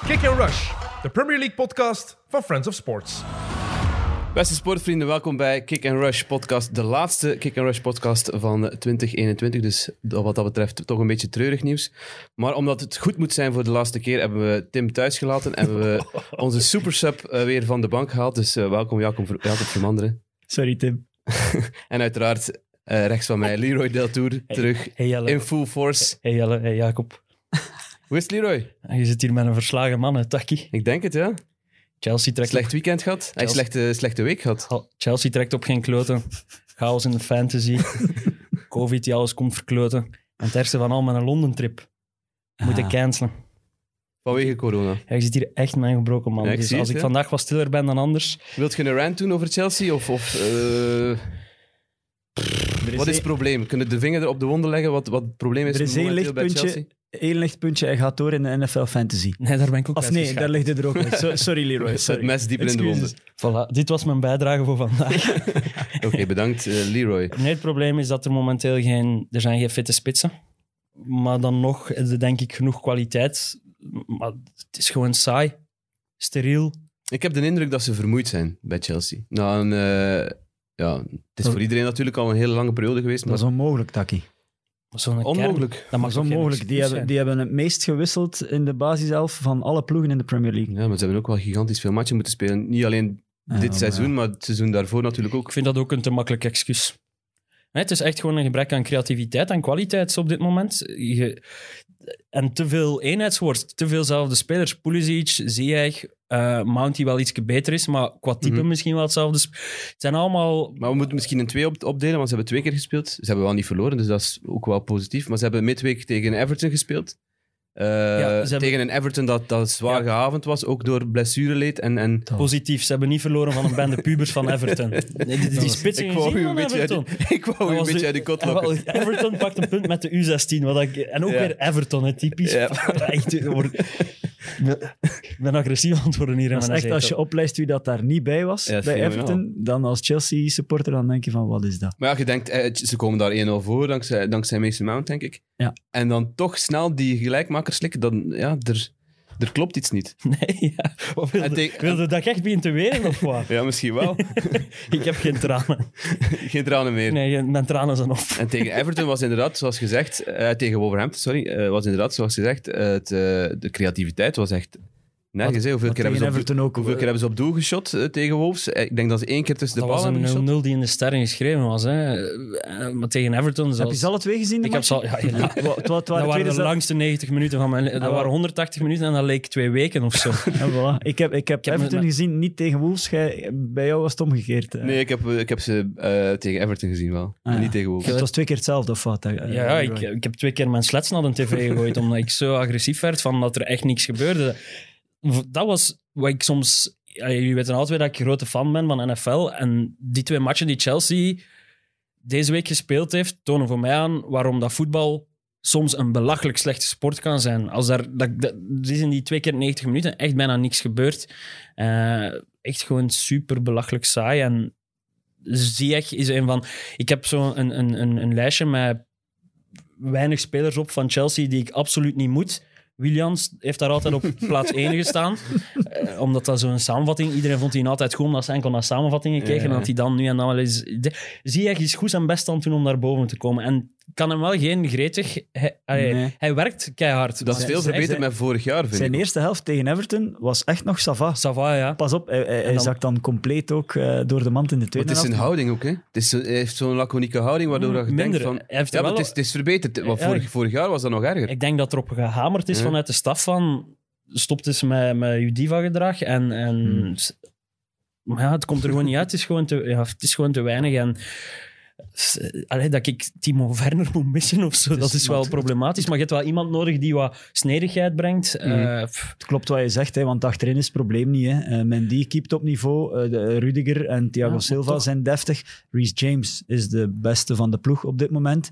Kick and Rush, de Premier League podcast van Friends of Sports. Beste sportvrienden, welkom bij Kick and Rush podcast. De laatste Kick and Rush podcast van 2021. Dus wat dat betreft toch een beetje treurig nieuws. Maar omdat het goed moet zijn voor de laatste keer, hebben we Tim thuis gelaten. Hebben we onze supersub weer van de bank gehaald. Dus welkom Jacob Vermanderen. Sorry Tim. En uiteraard rechts van mij Leroy Deltour terug in full force. Hey Jelle, hey Jacob. Hoe is het, Leroy? Je zit hier met een verslagen man, hè, Taki. Ik denk het, ja. Chelsea trekt Slecht weekend gehad? Hij slechte week gehad. Chelsea trekt op geen kloten. Chaos in de fantasy. Covid die alles komt verkloten. En het ergste van al met een Londen-trip. Moeten cancelen. Vanwege corona. Ja, je zit hier echt met een gebroken man. Ja, Dus als ik vandaag wat stiller ben dan anders... Wilt je een rant doen over Chelsea? Wat is het probleem? Kunnen de vinger op de wonden leggen wat het probleem is? Er is één lichtpuntje, hij gaat door in de NFL Fantasy. Nee, daar ben ik ook Of nee, daar ligt het er ook uit. Sorry Leroy. Het mes dieper in de wonden. Voilà, dit was mijn bijdrage voor vandaag. Oké, bedankt Leroy. Nee, het probleem is dat er momenteel er zijn geen fitte spitsen. Maar dan nog is er denk ik genoeg kwaliteit. Maar het is gewoon saai, steriel. Ik heb de indruk dat ze vermoeid zijn bij Chelsea. Het is voor iedereen natuurlijk al een hele lange periode geweest. Dat is onmogelijk, Taki. Onmogelijk. Dat mag onmogelijk. Die hebben het meest gewisseld in de basiself van alle ploegen in de Premier League. Ja, maar ze hebben ook wel gigantisch veel matchen moeten spelen. Niet alleen dit seizoen, maar het seizoen daarvoor natuurlijk ook. Ik vind dat ook een te makkelijk excuus. Nee, het is echt gewoon een gebrek aan creativiteit en kwaliteit op dit moment. En te veel eenheidsworst, te veel zelfde spelers. Pulisic, Ziyech, Mount die wel iets beter is, maar qua type misschien wel hetzelfde. Het zijn allemaal... Maar we moeten misschien in 2 opdelen, want ze hebben 2 keer gespeeld. Ze hebben wel niet verloren, dus dat is ook wel positief. Maar ze hebben midweek tegen Everton gespeeld. Tegen een Everton dat zwaar gehavend was, ook door blessureleed. En... Positief, ze hebben niet verloren van een bende pubers van Everton. Die spitsen ik wou u een beetje uit de kot lokken. Everton pakt een punt met de U16. En ook weer Everton, hè, typisch. Ja. Ik ben agressief aan het worden hier. Dat is echt, als je oplijst wie dat daar niet bij was, bij Everton, dan als Chelsea-supporter, dan denk je van, wat is dat? Maar ja, je denkt, ze komen daar 1-0 voor, dankzij Mason Mount, denk ik. Ja. En dan toch snel die gelijkmaker slikken, dan, ja, er klopt iets niet. Nee, ja. Wilde dat echt beginnen te wenen, of wat? Ja, misschien wel. Ik heb geen tranen. Geen tranen meer. Nee, mijn tranen zijn op. En tegen Everton was inderdaad, zoals gezegd... tegen Wolverhampton, was inderdaad, zoals gezegd... de creativiteit was echt... nergens. Hoeveel keer hebben ze op doel geschot tegen Wolves? Ik denk dat ze 1 keer tussen de ballen hebben geschot. Dat was een 0-0 die in de sterren geschreven was. Hè. Maar tegen Everton... Heb je ze alle 2 gezien? Ik heb ze al... Dat waren de langste 90 minuten van mijn... Dat waren 180 minuten en dat leek 2 weken of zo. Ja, voilà. Ik heb Everton gezien, niet tegen Wolves. Bij jou was het omgekeerd. Nee, ik heb ze tegen Everton gezien wel. Maar niet tegen Wolves. Het was 2 keer hetzelfde, of wat? Ik heb 2 keer mijn sleds naar de tv gegooid, omdat ik zo agressief werd van dat er echt niks gebeurde. Dat was wat ik soms... Jullie weten altijd dat ik een grote fan ben van NFL. En die 2 matchen die Chelsea deze week gespeeld heeft, tonen voor mij aan waarom dat voetbal soms een belachelijk slechte sport kan zijn. Er is in die 2 keer 90 minuten echt bijna niks gebeurd. Echt gewoon super belachelijk saai. En Ziyech is een van... Ik heb zo een lijstje met weinig spelers op van Chelsea die ik absoluut niet moet... Williams heeft daar altijd op plaats 1 gestaan. Omdat dat zo'n samenvatting... Iedereen vond hij altijd goed omdat ze enkel naar samenvattingen keken. En dat hij dan nu en dan wel eens... Ziyech is goed zijn best aan het doen om daar boven te komen. En kan hem wel geen gretig... Hij werkt keihard. Dat is veel verbeterd met vorig jaar, vind ik. Zijn eerste helft tegen Everton was echt nog ça va. Ja. Pas op, hij zakt dan compleet ook door de mand in de tweede helft. Het is een houding ook, hè. Hij heeft zo'n laconieke houding, waardoor je denkt van... Maar het is verbeterd. Vorig jaar was dat nog erger. Ik denk dat erop gehamerd is vanuit de staf van... Stop eens met je diva-gedrag. Maar ja, het komt er gewoon niet uit. Het is gewoon te weinig. En... dat ik Timo Werner moet missen of zo, dat is wel problematisch. Maar je hebt wel iemand nodig die wat snedigheid brengt. Het klopt wat je zegt, hè, want achterin is het probleem niet. Hè. Mendy keept op niveau. Rudiger en Thiago Silva zijn deftig. Reece James is de beste van de ploeg op dit moment.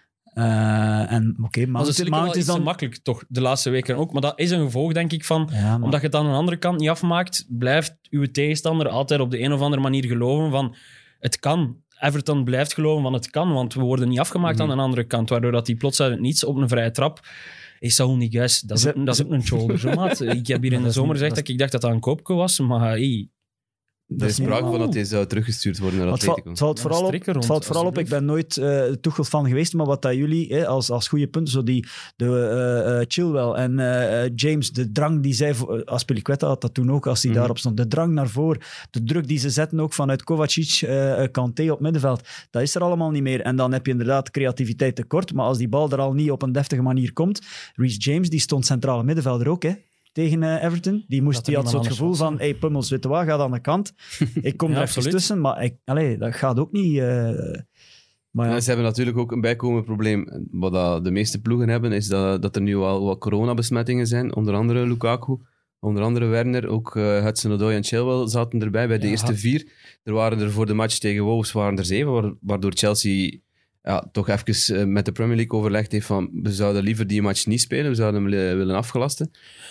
Mount is dan makkelijk, toch, de laatste weken ook. Maar dat is een gevolg, denk ik, van... Omdat je het aan de andere kant niet afmaakt, blijft uw tegenstander altijd op de een of andere manier geloven van... Het kan. Everton blijft geloven van het kan, want we worden niet afgemaakt aan de andere kant, waardoor dat die plots uit het niets op een vrije trap Saúl Ñíguez, dat is ook een shoulder, zo, maat. Ik heb hier in de zomer gezegd dat ik dacht dat dat een koopje was, maar hey, Er is sprake van dat hij zou teruggestuurd worden naar Atletico. Het valt vooral op, ik ben nooit Tuchel fan geweest, maar wat dat jullie als goede punten, zo Chilwell en James, de drang die zij, Azpilicueta had dat toen ook, als hij daarop stond, de drang naar voren, de druk die ze zetten ook vanuit Kovacic, Kanté op middenveld, dat is er allemaal niet meer. En dan heb je inderdaad creativiteit tekort, maar als die bal er al niet op een deftige manier komt, Reece James, die stond centrale middenvelder ook, hè. Tegen Everton. Die had zo'n gevoel van, hey, Pummels, weet je wat, ga aan de kant. Ik kom er even tussen, maar dat gaat ook niet. Maar ja. Ze hebben natuurlijk ook een bijkomend probleem. Wat de meeste ploegen hebben, is dat er nu al wat coronabesmettingen zijn. Onder andere Lukaku, onder andere Werner, ook Hudson-Odoi en Chilwell zaten erbij bij de eerste 4. Er waren er voor de match tegen Wolves waren er 7, waardoor Chelsea toch even met de Premier League overlegd heeft van we zouden liever die match niet spelen, we zouden hem willen afgelasten.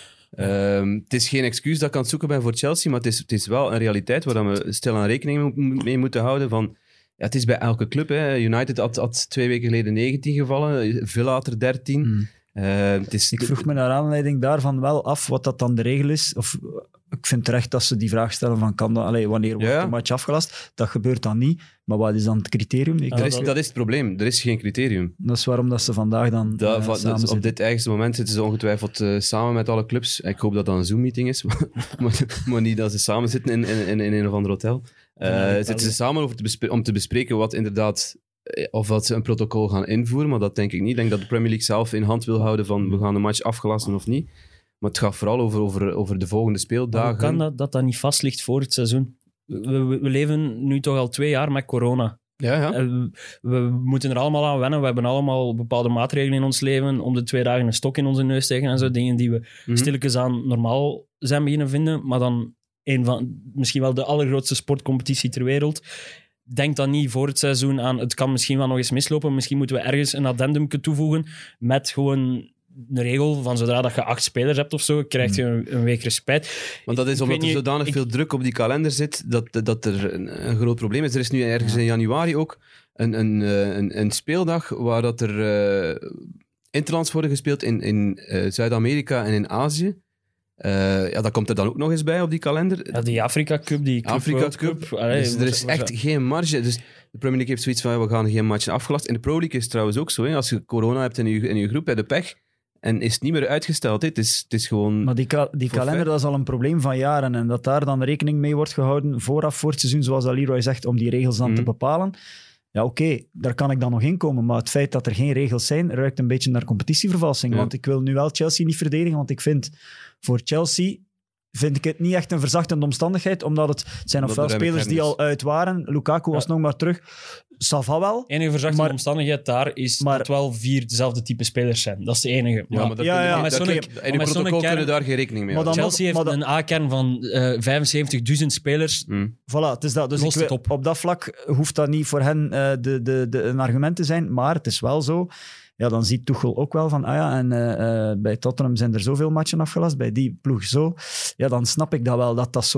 Het is geen excuus dat ik aan het zoeken ben voor Chelsea, maar het is wel een realiteit waar we stilaan rekening mee moeten houden. Van, het is bij elke club. Hè. United had 2 weken geleden 19 gevallen, Villa had er 13. Ik vroeg me naar aanleiding daarvan wel af wat dat dan de regel is. Of, ik vind terecht dat ze die vraag stellen van wanneer wordt de match afgelast. Dat gebeurt dan niet. Maar wat is dan het criterium? Dat is het probleem. Er is geen criterium. Dat is waarom dat ze vandaag dan samen op dit eigenste moment zitten ze ongetwijfeld samen met alle clubs. Ik hoop dat dat een Zoom-meeting is, maar niet dat ze samen zitten in een of ander hotel. Zitten ze samen om te bespreken wat inderdaad... Of dat ze een protocol gaan invoeren, maar dat denk ik niet. Ik denk dat de Premier League zelf in hand wil houden van we gaan de match afgelasten of niet. Maar het gaat vooral over de volgende speeldagen. Maar hoe kan dat niet vast ligt voor het seizoen? We leven nu toch al 2 jaar met corona. Ja. We moeten er allemaal aan wennen. We hebben allemaal bepaalde maatregelen in ons leven om de 2 dagen een stok in onze neus tegen en zo. Dingen die we stilletjes aan normaal zijn beginnen vinden. Maar dan misschien wel de allergrootste sportcompetitie ter wereld. Denk dan niet voor het seizoen aan, het kan misschien wel nog eens mislopen. Misschien moeten we ergens een addendum toevoegen met gewoon een regel van zodra dat je 8 spelers hebt of zo, krijg je een week respijt. Want dat is omdat er zodanig veel druk op die kalender zit, dat er een groot probleem is. Er is nu ergens in januari ook een speeldag waar dat er interlands worden gespeeld in Zuid-Amerika en in Azië. Dat komt er dan ook nog eens bij op die kalender. Ja, die Afrika Cup, die Afrika Cup. Dus er is echt geen marge. Dus de Premier League heeft zoiets van, we gaan geen matchen afgelast. In de Pro League is het trouwens ook zo. Hè. Als je corona hebt in je groep, heb je pech. En is het niet meer uitgesteld. Hè. Het is gewoon... Maar die kalender, dat is al een probleem van jaren. En dat daar dan rekening mee wordt gehouden voor het seizoen, zoals Leroy zegt, om die regels dan te bepalen. Ja, oké, daar kan ik dan nog in komen. Maar het feit dat er geen regels zijn, ruikt een beetje naar competitievervalsing. Ja. Want ik wil nu wel Chelsea niet verdedigen, want ik vind... Voor Chelsea vind ik het niet echt een verzachtende omstandigheid, omdat het zijn ofwel spelers die al uit waren. Lukaku was nog maar terug. Sava wel. De enige verzachtende omstandigheid daar is dat wel 4 dezelfde type spelers zijn. Dat is de enige. Ja, maar in uw protocol kunnen daar geen rekening mee houden. Chelsea heeft een A-kern van 75.000 spelers. Voilà, het is dat. Dus op dat vlak hoeft dat niet voor hen een argument te zijn, maar het is wel zo. Ja, dan ziet Tuchel ook wel van, bij Tottenham zijn er zoveel matchen afgelast, bij die ploeg zo. Ja, dan snap ik dat wel,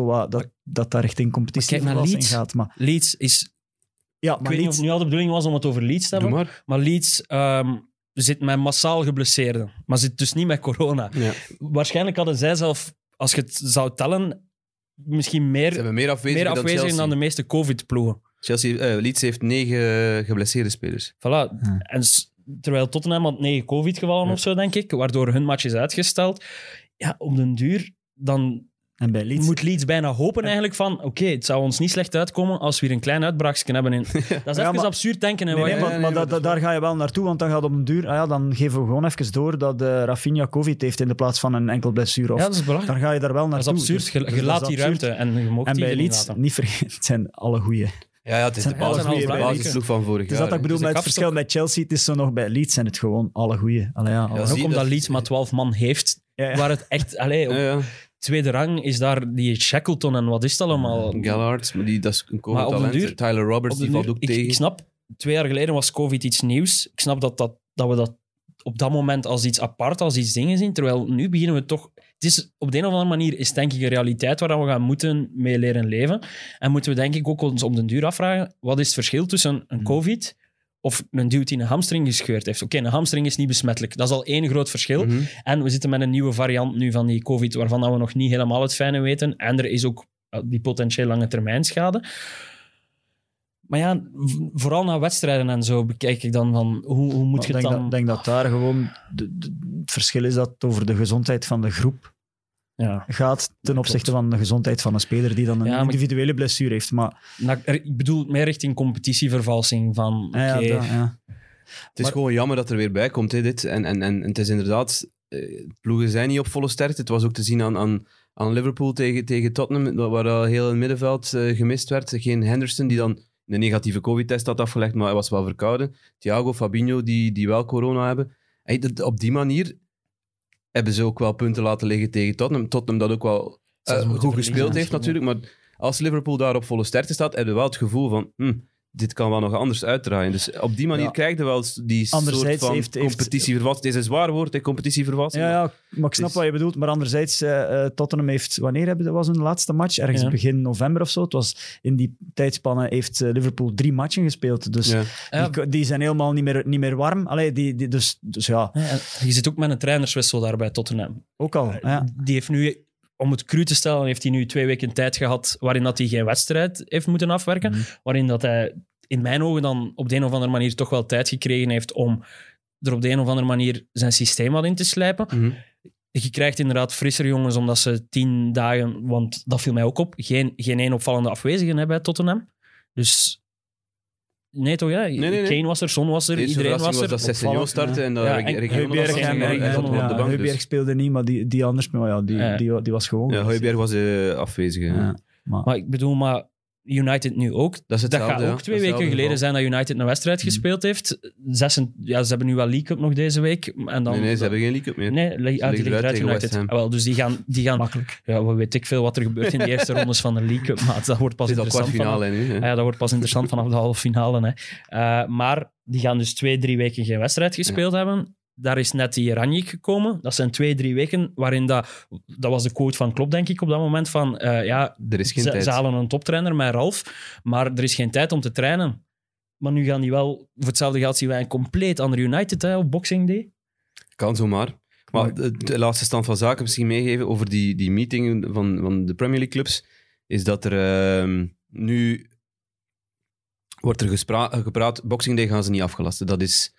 dat daar richting competitievervalsing gaat. Maar Leeds is... Ja, ik weet niet of het nu al de bedoeling was om het over Leeds te hebben, maar Leeds zit met massaal geblesseerden, maar zit dus niet met corona. Ja. Waarschijnlijk hadden zij zelf, als je het zou tellen, misschien meer afwezigen dan de meeste COVID-ploegen. Leeds heeft 9 geblesseerde spelers. Voilà. En terwijl Tottenham had 9 COVID-gevallen of zo, denk ik, waardoor hun match is uitgesteld. Ja, op den duur, dan moet Leeds bijna hopen eigenlijk van oké, het zou ons niet slecht uitkomen als we hier een klein uitbraaksje hebben. Dat is even absurd denken. Maar daar ga je wel naartoe, want dan gaat op den duur... dan geven we gewoon even door dat Rafinha COVID heeft in de plaats van een enkel blessure. Ja, dat is belangrijk. Dan ga je daar wel naartoe. Dat is absurd. Je laat die ruimte en je mocht die bij Leeds, niet vergeten, het zijn alle goeie. Ja, het is de basisploeg van vorig jaar. Dus dat ik bedoel, met het verschil met Chelsea, het is zo nog bij Leeds zijn het gewoon alle goeie. Ook omdat Leeds maar 12 man heeft, waar het echt... Tweede rang is daar die Shackleton en wat is het allemaal? Gallard, maar dat is een COVID-talent. Tyler Roberts, die valt ook tegen. Ik snap, 2 jaar geleden was COVID iets nieuws. Ik snap dat we dat op dat moment als iets apart, als iets dingen zien. Terwijl nu beginnen we toch... Het is, op de een of andere manier is denk ik een realiteit waar we gaan moeten mee leren leven. En moeten we denk ik ook ons op den duur afvragen, wat is het verschil tussen een COVID of een dude die een hamstring gescheurd heeft. Oké, een hamstring is niet besmettelijk. Dat is al één groot verschil. Mhm. En we zitten met een nieuwe variant nu van die COVID, waarvan we nog niet helemaal het fijne weten. En er is ook die potentieel lange termijn schade. Maar ja, vooral na wedstrijden en zo bekijk ik dan van hoe moet je het dan... Ik denk dat daar gewoon het verschil is dat het over de gezondheid van de groep gaat ten opzichte van de gezondheid van een speler die dan een individuele blessure heeft. Maar... ik bedoel meer richting competitievervalsing van... Het is gewoon jammer dat er weer bij komt, hè, dit. En het is inderdaad... ploegen zijn niet op volle sterkte. Het was ook te zien aan Liverpool tegen Tottenham, waar al heel in het middenveld gemist werd. Geen Henderson, die dan een negatieve COVID-test had afgelegd, maar hij was wel verkouden. Thiago, Fabinho, die wel corona hebben. Op die manier hebben ze ook wel punten laten liggen tegen Tottenham. Tottenham dat ook wel goed gespeeld heeft natuurlijk, maar als Liverpool daar op volle sterkte staat, hebben we wel het gevoel van... dit kan wel nog anders uitdraaien. Dus op die manier krijg je wel die soort van competitievervalsing. Het is een zwaar woord, competitievervalsing. Ja, maar ik snap wat je bedoelt. Maar anderzijds, Tottenham heeft... Wanneer was hun laatste match? Ergens begin november of zo. Het was in die tijdspanne heeft Liverpool 3 matchen gespeeld. Dus die zijn helemaal niet meer warm. Allee, dus ja. Je zit ook met een trainerswissel daar bij Tottenham. Ook al, Die heeft nu... Om het cru te stellen, heeft hij nu 2 weken tijd gehad waarin dat hij geen wedstrijd heeft moeten afwerken. Waarin dat hij in mijn ogen dan op de een of andere manier toch wel tijd gekregen heeft om er op de een of andere manier zijn systeem wat in te slijpen. Je krijgt inderdaad frisser jongens omdat ze 10 dagen, want dat viel mij ook op, geen één opvallende afwezigen hebben bij Tottenham. Dus... Nee, toch? Ja. Nee. Kane was er, Son was er, iedereen was er. Dat Sessegnon startte en dat Højbjerg speelde niet, maar die anders, maar die was gewoon. Ja, Højbjerg was afwezig. Ja. Maar ik bedoel, United nu ook. Dat gaat ook 2 weken geleden zijn dat United een wedstrijd gespeeld heeft. Ze hebben nu wel League Cup nog deze week. En dan, nee, ze hebben geen League Cup meer. Nee, die liggen eruit United. Dus die gaan makkelijk. Ja, we weet ik veel wat er gebeurt in de eerste rondes van de League Cup. Maar dat wordt pas interessant. Kwartfinale nu. Dat wordt pas interessant vanaf de halve finale. Maar die gaan dus 2-3 weken geen wedstrijd gespeeld hebben. Daar is net die Ranjik gekomen. Dat zijn 2-3 weken waarin dat was de quote van Klopp, denk ik, op dat moment van er is geen tijd. Ze halen een toptrainer met Ralf, maar er is geen tijd om te trainen. Maar nu gaan die wel, voor hetzelfde geld zien wij een compleet ander United op Boxing Day. Kan zomaar. Maar de laatste stand van zaken misschien meegeven over die meeting van de Premier League clubs, is dat er nu wordt er gepraat, Boxing Day gaan ze niet afgelasten. Dat is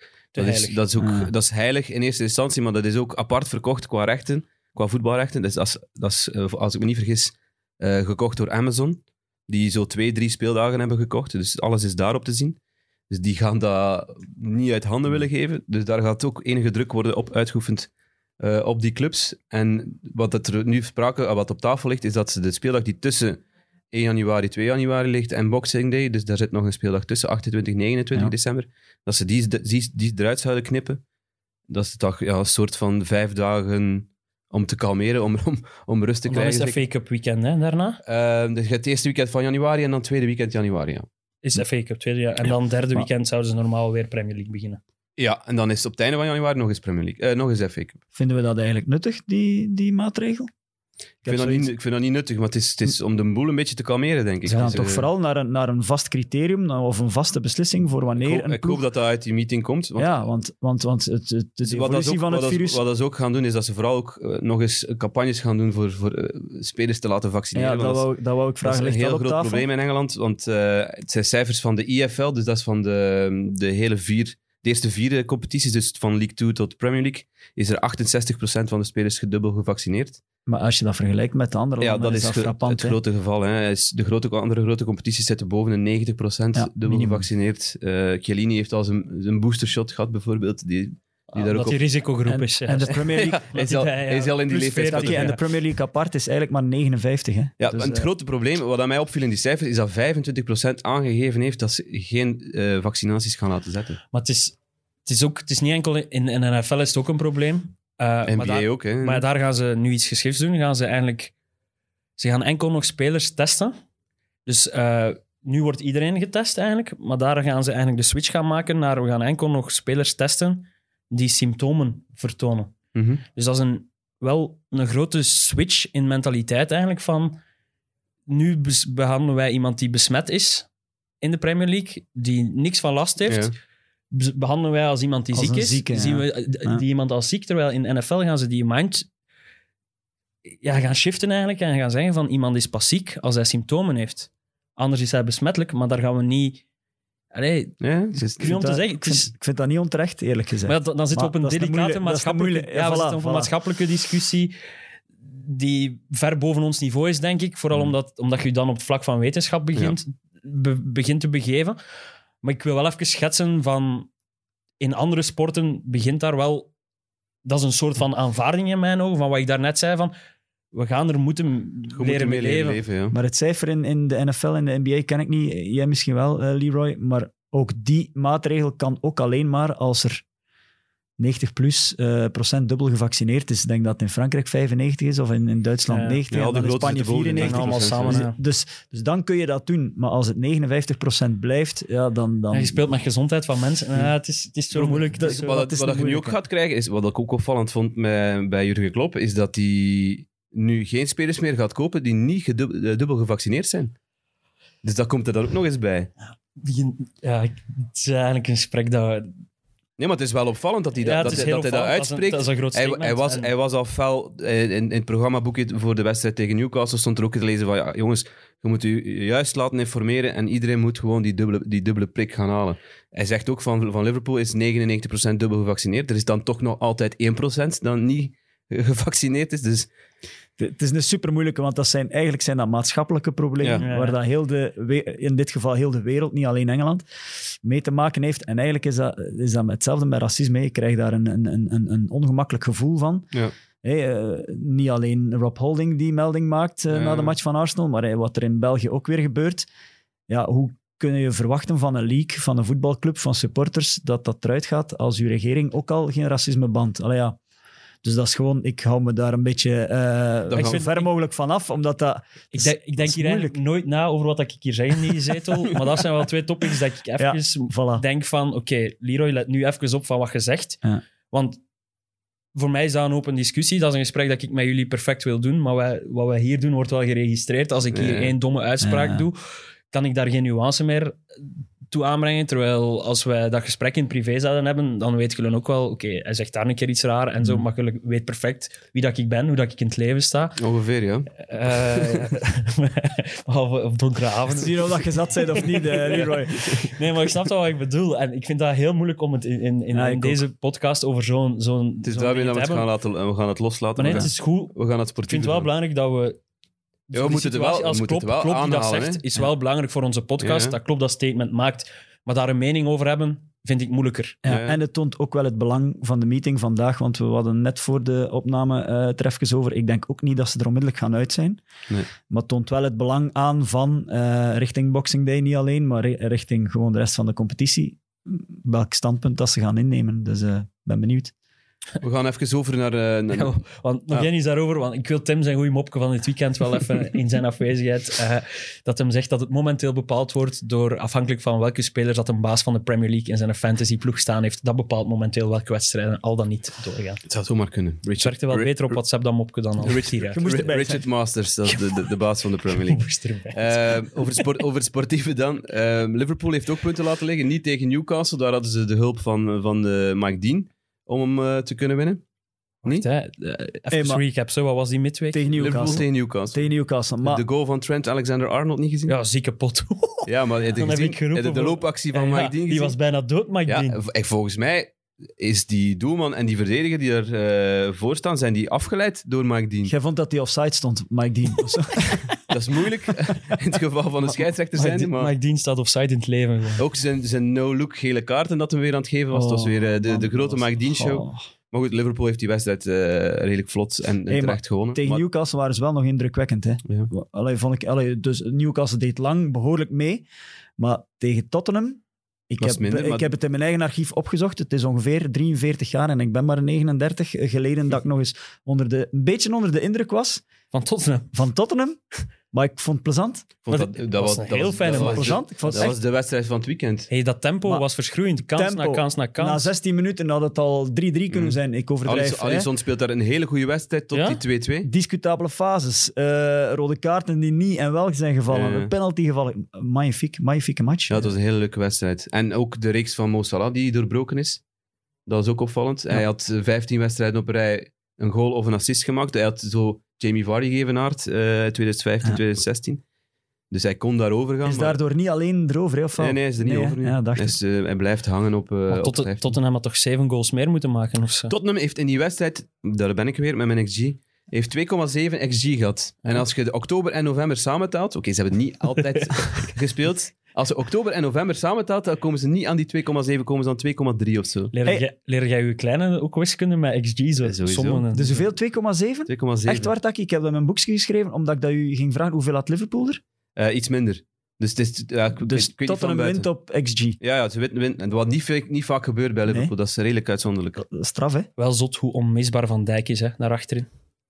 heilig in eerste instantie, maar dat is ook apart verkocht qua rechten, qua voetbalrechten. Dus dat is, als ik me niet vergis, gekocht door Amazon, die zo 2-3 speeldagen hebben gekocht. Dus alles is daarop te zien. Dus die gaan dat niet uit handen willen geven. Dus daar gaat ook enige druk worden op uitgeoefend op die clubs. En wat er nu wat op tafel ligt, is dat ze de speeldag die tussen 1 januari, 2 januari ligt en Boxing Day, dus daar zit nog een speeldag tussen, 28, 29 december, dat ze die eruit zouden knippen. Dat is toch een soort van 5 dagen om te kalmeren, om rust te krijgen. Dan is FA Cup weekend, hè, daarna? Dus het eerste weekend van januari en dan het tweede weekend januari, ja. Is FA Cup, tweede jaar. En dan derde weekend zouden ze normaal weer Premier League beginnen. Ja, en dan is het op het einde van januari nog eens Premier League, nog eens FA Cup. Vinden we dat eigenlijk nuttig, die maatregel? Ik vind dat niet nuttig, maar het is om de boel een beetje te kalmeren, denk ik. Ze gaan toch vooral naar een vast criterium of een vaste beslissing voor wanneer ik hoop dat dat uit die meeting komt. Want de evolutie van het virus... Wat ze ook gaan doen, is dat ze vooral ook nog eens campagnes gaan doen voor spelers te laten vaccineren. Ja, dat wou ik vragen. Dat is een heel groot probleem in Engeland, want het zijn cijfers van de EFL, dus dat is van de hele de eerste 4 competities, dus van League 2 tot Premier League, is er 68% van de spelers dubbel gevaccineerd. Maar als je dat vergelijkt met de andere landen, dat is frappant. Het grote geval. Hè. Andere grote competities zitten boven de 90% dubbel gevaccineerd. Chiellini heeft al zijn boostershot gehad, bijvoorbeeld. Die daar ook die risicogroep is. En de Premier League... hij is al in die leeftijd. En de Premier League apart is eigenlijk maar 59. Hè. Ja, dus, het grote probleem, wat aan mij opviel in die cijfers, is dat 25% aangegeven heeft dat ze geen vaccinaties gaan laten zetten. Maar het is niet enkel... In de NFL is het ook een probleem. NBA ook, hè. Maar daar gaan ze nu iets geschifts doen. Ze gaan enkel nog spelers testen. Dus nu wordt iedereen getest eigenlijk. Maar daar gaan ze eigenlijk de switch gaan maken naar... We gaan enkel nog spelers testen die symptomen vertonen. Mm-hmm. Dus dat is wel een grote switch in mentaliteit eigenlijk van... Nu behandelen wij iemand die besmet is in de Premier League, die niks van last heeft... Ja. behandelen wij als iemand die Als ziek een is. zieke, zien ja. we Ja. die iemand als ziek, terwijl in NFL gaan ze die mind gaan shiften eigenlijk en gaan zeggen van iemand is pas ziek als hij symptomen heeft. Anders is hij besmettelijk, maar daar gaan we niet... Allee, Ja, het is- ik vind om te zeggen, het is... Ik vind dat niet onterecht, eerlijk gezegd. Maar dan zitten we op een dat is een delicate moeilijke- dat is een maatschappelijke... moeilijke- Ja, we voilà, zitten op een voilà. maatschappelijke discussie die ver boven ons niveau is, denk ik. Vooral omdat je dan op het vlak van wetenschap begint te begeven. Maar ik wil wel even schetsen van... In andere sporten begint daar wel... Dat is een soort van aanvaarding in mijn ogen, van wat ik daarnet zei, van... We gaan er moeten Je moet leren mee ermee leven. ja. Maar het cijfer in de NFL en de NBA ken ik niet. Jij misschien wel, Leroy. Maar ook die maatregel kan ook alleen maar als er 90% dubbel gevaccineerd is. Ik denk dat het in Frankrijk 95 is, of in Duitsland Ja. 90, Ja, en de dan in grootste Spanje te boven, 94. allemaal 90%, samen, ja. ja. Dus dan kun je dat doen. Maar als het 59% blijft, ja, dan... Ja, je speelt met gezondheid van mensen. Ja, het is zo moeilijk. Dat is- Wat is je een nu ook moeilijke. gaat krijgen, is wat ik ook opvallend vond bij Jurgen Klopp, is dat hij nu geen spelers meer gaat kopen die niet dubbel gevaccineerd zijn. Dus dat komt er dan ook nog eens bij. Ja, het is eigenlijk een gesprek dat... Nee, maar het is wel opvallend dat hij Ja, dat, het is dat, heel hij dat opvallend. uitspreekt. Dat is een groot statement. Hij was al fel. In het programmaboekje voor de wedstrijd tegen Newcastle stond er ook te lezen van ja, jongens, je moet u juist laten informeren en iedereen moet gewoon die dubbele prik gaan halen. Hij zegt ook van Liverpool is 99% dubbel gevaccineerd. Er is dan toch nog altijd 1% dan niet gevaccineerd is. Dus Het is een super moeilijke, want eigenlijk zijn dat maatschappelijke problemen, Ja. waar dat in dit geval heel de wereld, niet alleen Engeland, mee te maken heeft. En eigenlijk is dat hetzelfde met racisme. Je krijgt daar een ongemakkelijk gevoel van. ja. Niet alleen Rob Holding die melding maakt na de match van Arsenal, maar wat er in België ook weer gebeurt. Ja, hoe kun je verwachten van een league, van een voetbalclub, van supporters, dat eruit gaat als uw regering ook al geen racisme bandt? Allee, ja. Dus dat is gewoon, ik hou me daar een beetje zo ver mogelijk van af, omdat dat... Ik denk hier eigenlijk nooit na over wat ik hier zeg in die zetel, maar dat zijn wel twee topics dat ik even voilà. denk van, oké, Leroy, let nu even op van wat je zegt. Ja. Want voor mij is dat een open discussie. Dat is een gesprek dat ik met jullie perfect wil doen, maar wat wij hier doen wordt wel geregistreerd. Als ik hier één domme uitspraak doe, kan ik daar geen nuance meer toe aanbrengen. Terwijl als wij dat gesprek in privé zouden hebben, dan weet je ook wel, oké, hij zegt daar een keer iets raar en zo, maar je weet perfect wie dat ik ben, hoe dat ik in het leven sta. Ongeveer, ja. Behalve op donkere avonden. Zie je of dat je zat bent of niet, Leroy? Nee, maar ik snap wel wat ik bedoel. En ik vind dat heel moeilijk om het in deze podcast over zo'n Het is daarmee dat we gaan het loslaten. Maar nee, het is goed. We gaan het Ik sportief vind het wel doen. belangrijk dat we... Ja, we moeten het wel, als Klopp die dat aanhalen, zegt, hè. is wel belangrijk voor onze podcast. Ja. Dat Klopp dat statement maakt. Maar daar een mening over hebben, vind ik moeilijker. Ja, Ja. en het toont ook wel het belang van de meeting vandaag, want we hadden net voor de opname het er even over. Ik denk ook niet dat ze er onmiddellijk gaan uit zijn. Nee. Maar het toont wel het belang aan van, richting Boxing Day niet alleen, maar richting gewoon de rest van de competitie, welk standpunt dat ze gaan innemen. Dus ben benieuwd. We gaan even over naar... Ja, want nog één iets daarover, want ik wil Tim zijn goede mopje van dit weekend wel even in zijn afwezigheid. Dat hem zegt dat het momenteel bepaald wordt door, afhankelijk van welke spelers dat een baas van de Premier League in zijn fantasyploeg staan heeft, dat bepaalt momenteel welke wedstrijden al dan niet doorgaan. Het zou zomaar kunnen. Het werkte wel beter op WhatsApp dan mopje dan al hieruit. Je moest erbij zijn. Richard Masters, dat is de baas van de Premier League. Moest erbij. Over het sportieve dan. Liverpool heeft ook punten laten liggen. Niet tegen Newcastle. Daar hadden ze de hulp van Mike Dean om hem te kunnen winnen. Niet? Even maar- recap, zo, wat was die midweek? Tegen Liverpool Newcastle. tegen Newcastle. Tegen Newcastle. Maar De goal van Trent Alexander-Arnold niet gezien? Ja, zieke pot. Ja, maar heb je Dan heb gezien? ik geroepen Heb je de voor- loopactie van Ja, Mike Dean gezien? die was bijna dood, Mike Ja, Dean. volgens mij is die doelman en die verdediger die er voor staan, zijn die afgeleid door Mike Dean. jij vond dat hij offside stond, Mike Dean. of zo? Dat is moeilijk in het geval van een scheidsrechter zijn, maar Mike Dean staat offside in het leven. gewoon. ook zijn no-look gele kaarten dat hem weer aan het geven was. Het was weer de man, grote dat was- Mike Dean show. Oh. Maar goed, Liverpool heeft die wedstrijd redelijk vlot en Hey, terecht gewonnen. Tegen Maar- Newcastle waren ze wel nog indrukwekkend. Hè? Ja. Dus Newcastle deed lang behoorlijk mee. Maar tegen Tottenham... Ik Was heb, minder, maar- ik heb het in mijn eigen archief opgezocht. Het is ongeveer 43 jaar en ik ben maar 39 geleden dat ik nog eens een beetje onder de indruk was. Van Tottenham. Maar ik vond het plezant. Dat was een heel fijne match. Plezant. Ik vond Dat was de wedstrijd van het weekend. Hey, dat tempo was verschroeiend. Kans tempo. na kans. Na 16 minuten had het al 3-3 kunnen zijn. Ik overdrijf. Alisson speelt daar een hele goede wedstrijd tot die 2-2. Discutabele fases. Rode kaarten die niet en wel zijn gevallen. Een penalty gevallen. Magnifieke match. Ja, het was een hele leuke wedstrijd. En ook de reeks van Mo Salah die doorbroken is. Dat was ook opvallend. Ja. Hij had 15 wedstrijden op rij een goal of een assist gemaakt. Hij had zo Jamie Vardy geëvenaard 2015, 2016. Dus hij kon daarover gaan. Is daardoor niet alleen erover? Of nee, hij is er niet over nu. Ja, hij blijft hangen op Tottenham had toch 7 goals meer moeten maken? Of zo? Tottenham heeft in die wedstrijd, daar ben ik weer met mijn XG, heeft 2,7 XG gehad. En als je de oktober en november samentelt... Oké, ze hebben het niet altijd gespeeld. Als ze oktober en november samentelt, dan komen ze niet aan die 2,7, komen ze aan 2,3 of zo. Leer jij je kleine ook wiskunde met XG? Zo? Dus hoeveel? 2,7? 2,7. Echt waar, Taki? Ik heb dat in mijn boekje geschreven, omdat ik dat u ging vragen. Hoeveel had Liverpool er? Iets minder. Dus het is, dus Tottenham wint op XG. Ja, ze winnen. En wat niet vaak gebeurt bij Liverpool. Nee. Dat is redelijk uitzonderlijk. Dat is straf, hè? Wel zot hoe onmisbaar Van Dijk is, hè, naar achterin.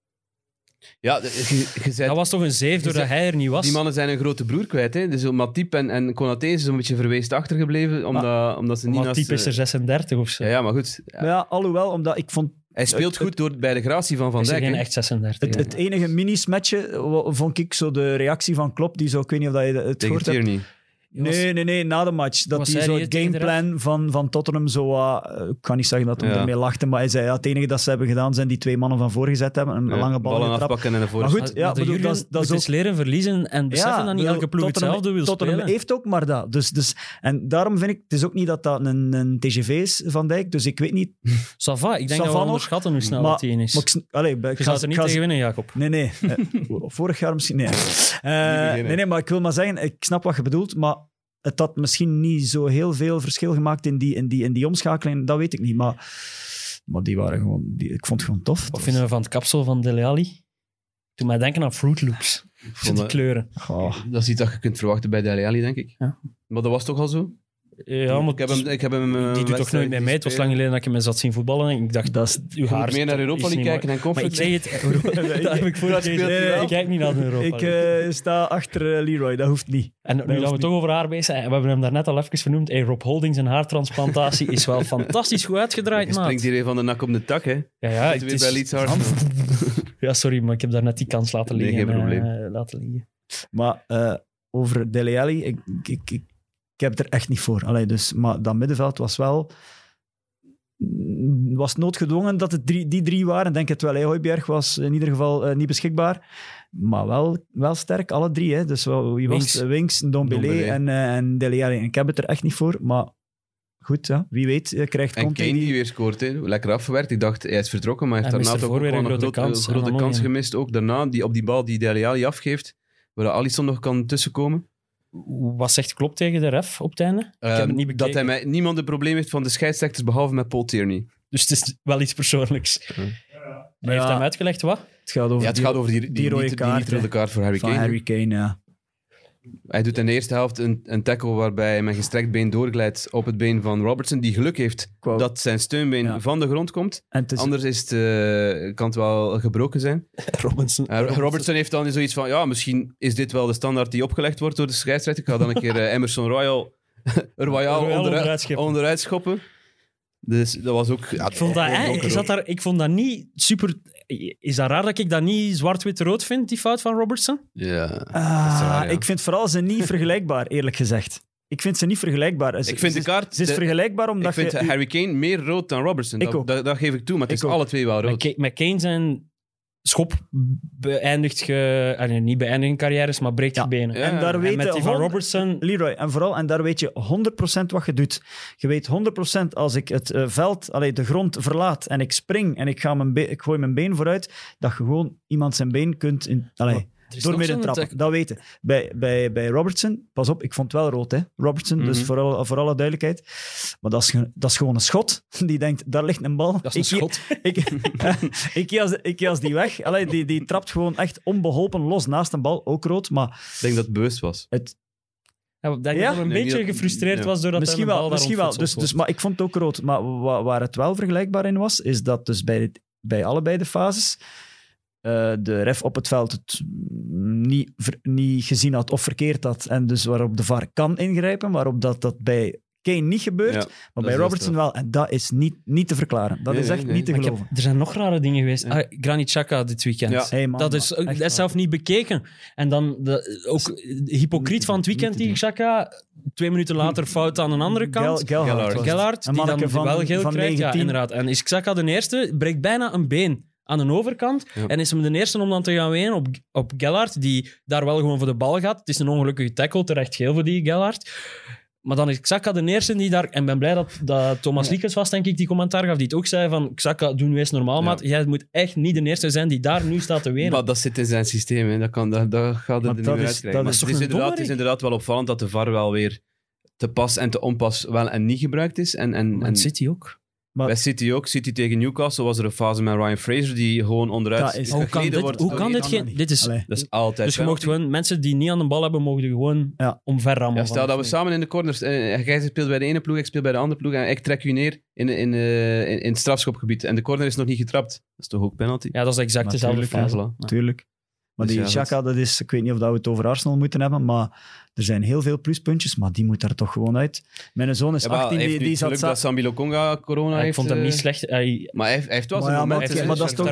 Ja, dat was toch een zeef doordat hij er niet was? Die mannen zijn een grote broer kwijt. Hè? Dus Matip en Konaté is een beetje verweest achtergebleven. Omdat ze niet Matip is er 36 of zo. Ja, maar goed. Ja, alhoewel, omdat ik vond... Hij speelt goed bij de gratie van Dijk. Is geen echt 36. Het enige mini-smatje vond ik zo de reactie van Klopp. Die zo, ik weet niet of dat je het gehoord hebt. Nee, na de match. Dat hij zo het gameplan van Tottenham zo... ik kan niet zeggen dat hij ermee lachte, maar hij zei, het enige dat ze hebben gedaan zijn die 2 mannen van voor gezet hebben. Een lange ballen afpakken en een voorzet. Maar goed, dat is ook leren verliezen en beseffen dat niet elke ploeg hetzelfde wil Tottenham spelen. Heeft ook maar dat. Dus, en daarom vind ik, het is ook niet dat dat een TGV is van Dijk, dus ik weet niet... Sava, ik denk dat we onderschatten hoe snel dat hij is. Je gaat er niet tegen winnen, Jacob. Nee. Vorig jaar misschien... Nee, maar ik wil maar zeggen, ik snap wat je bedoelt, maar het had misschien niet zo heel veel verschil gemaakt in die omschakeling, dat weet ik niet. Maar die waren gewoon... ik vond het gewoon tof. Wat vinden we van het kapsel van Dele Alli? Toen mij denken aan Fruit Loops. Die kleuren. Dat is iets dat je kunt verwachten bij Dele Alli, denk ik. Ja. Maar dat was toch al zo? Ja, maar ik heb hem die doet toch nooit mee mee. Het was lang geleden dat ik hem zat zien voetballen. En ik dacht, uw haar meer naar Europa League kijken en Conference. Maar ik zeg het, dat heb ik vorige ik kijk niet naar de Europa League. Ik sta achter Leroy, dat hoeft niet. En nu dat we toch over haar bezig zijn, we hebben hem daarnet al even vernoemd. Rob Holding, zijn haartransplantatie is wel fantastisch goed uitgedraaid, maat. Je springt hier even van de nak op de tak, hè? Ja, het is weer bij Leeds Hard. Ja, sorry, maar ik heb daar net die kans laten liggen. Nee, geen probleem. Laten liggen. Maar over Dele Alli, ik heb het er echt niet voor. Maar dat middenveld was wel... was noodgedwongen dat het die 3 waren. Denk het wel. Højbjerg was in ieder geval niet beschikbaar. Maar wel sterk, alle 3. Hè. Dus wie was het? Winks, Ndombele en Dele Alli. Ik heb het er echt niet voor, maar... Goed, ja. Wie weet krijgt Conte... En Kane die weer scoort, hè. Lekker afgewerkt. Ik dacht, hij is vertrokken, maar hij heeft daarna toch ook wel een grote kans gemist. Ook daarna, op die bal die Dele Alli afgeeft, waar Alisson nog kan tussenkomen. Wat zegt Klopp tegen de ref op het einde? Ik heb het niet bekeken. Dat hij met niemand een probleem heeft van de scheidsrechters, behalve met Paul Tierney. Dus het is wel iets persoonlijks. Ja. Hij heeft hem uitgelegd, wat? Het gaat over, die rode kaart voor Harry Kane. Van Harry Kane, ja. Hij doet in de eerste helft een tackle waarbij hij met gestrekt been doorglijdt op het been van Robertson, die geluk heeft dat zijn steunbeen van de grond komt. Anders kan het wel gebroken zijn. Robertson heeft dan zoiets van, misschien is dit wel de standaard die opgelegd wordt door de scheidsrechter. Ik ga dan een keer Emerson Royal onderuit schoppen. Dus dat was ook... Ja, ik vond dat niet super... Is dat raar dat ik dat niet zwart-wit-rood vind, die fout van Robertson? Ja. Ik vind vooral ze niet vergelijkbaar, eerlijk gezegd. Ik vind ze niet vergelijkbaar. Ik vind de kaart... Ze is vergelijkbaar omdat ik vind Harry Kane meer rood dan Robertson. Dat geef ik toe, maar het is alle 2 wel rood. Met Kane zijn schop beëindigt niet beëindigen carrières, maar breekt je benen. Ja. En daar weet met die van Robertson... Leroy, en daar weet je 100% wat je doet. Je weet 100% als ik het veld, de grond verlaat en ik spring en ik gooi mijn been vooruit, dat je gewoon iemand zijn been kunt... door midden trappen, dat weten. Bij Robertson, pas op, ik vond het wel rood, hè. Robertson, dus voor alle duidelijkheid. Maar dat is gewoon een schot. Die denkt, daar ligt een bal. Dat is een schot. Ik jas die weg. Die trapt gewoon echt onbeholpen los naast een bal. Ook rood, maar... Ik denk dat het bewust was. Dat hij een beetje gefrustreerd was doordat misschien hij misschien wel. Dus, maar ik vond het ook rood. Maar waar het wel vergelijkbaar in was, is dat dus bij allebei de fases... de ref op het veld het niet gezien had of verkeerd had. En dus waarop de VAR kan ingrijpen, waarop dat bij Kane niet gebeurt, Ja, maar bij Robertson wel. En dat is niet te verklaren. Dat is echt niet te geloven. Er zijn nog rare dingen geweest. Granit Xhaka dit weekend. Ja. Hey man, Dat is zelf niet bekeken. En dan ook hypocriet van het weekend die Xhaka. 2 minuten later fout aan een andere kant. Gelhardt, die dan wel geel krijgt. 19. Ja, inderdaad. En is Xhaka de eerste, breekt bijna een been aan de overkant. Ja. En is hem de eerste om dan te gaan wenen op Gelhardt, die daar wel gewoon voor de bal gaat. Het is een ongelukkige tackle, terecht geel voor die Gelhardt. Maar dan is Xhaka de eerste die daar... En ik ben blij dat Thomas Liekes was, denk ik, die commentaar gaf, die het ook zei van Xhaka, doe nu eens normaal, maat. Jij moet echt niet de eerste zijn die daar nu staat te wenen. Maar dat zit in zijn systeem, hè. Dat gaat er niet meer uitkrijgen. Maar het is inderdaad wel opvallend dat de VAR wel weer te pas en te onpas wel en niet gebruikt is. En City ook. Maar- bij City ook. City tegen Newcastle was er een fase met Ryan Fraser die gewoon onderuit Dat is- Hoe kan gegleden dit, wordt. hoe kan dit dat geen... niet. Dit is... Allee. Dat is altijd Dus je mocht gewoon... Mensen die niet aan de bal hebben, mogen gewoon Ja. omverrammen. Ja, stel dat we samen in de corners... jij speelt bij de ene ploeg, ik speel bij de andere ploeg en ik trek u neer in het strafschopgebied. En de corner is nog niet getrapt. Dat is toch ook penalty? Ja, dat is exact dezelfde Natuurlijk, fase. Voilà. Tuurlijk. Maar Dus die ja, Xhaka, dat is... Ik weet niet of dat we het over Arsenal moeten hebben, maar er zijn heel veel pluspuntjes, maar die moet er toch gewoon uit. Mijn zoon is Ja, maar 18, hij heeft die nu zat... geluk dat Sambi Lokonga corona Ja, ik heeft. vond hem niet slecht. Maar hij heeft wel Maar, zijn ja, maar, momenten. oké, maar dat is toch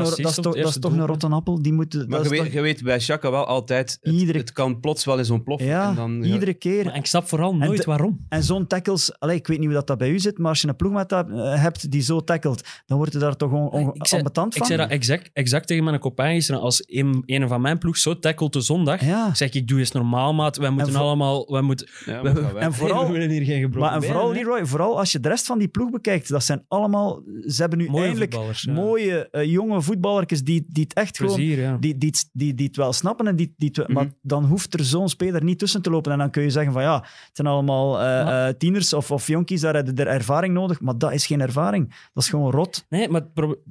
een rotte appel. Die moet, Maar je weet bij Xhaka wel altijd, het kan plots wel eens ontploffen. Ja, en dan, iedere keer. Maar ik snap vooral nooit waarom. En zo'n tackles, ik weet niet hoe dat bij u zit, maar als je een ploegmaat hebt die zo tackelt, dan wordt je daar toch ambetant van? Ik zei dat exact tegen mijn kopijn gisteren. Als een van mijn ploeg zo tackelt de zondag, Ja. zeg ik, doe eens normaal, maat. Wij moeten allemaal... Ja, We vooral- willen hier geen gebroken Maar en vooral, benen, hè. Leroy, vooral als je de rest van die ploeg bekijkt, dat zijn allemaal... Ze hebben nu Mooie eindelijk voetballers, ja. mooie, jonge voetballertjes die het echt gewoon... Plezier, ja. Die het wel snappen, en maar dan hoeft er zo'n speler niet tussen te lopen. En dan kun je zeggen van ja, het zijn allemaal tieners of jonkies, daar hebben er ervaring nodig. Maar dat is geen ervaring. Dat is gewoon rot. Nee, maar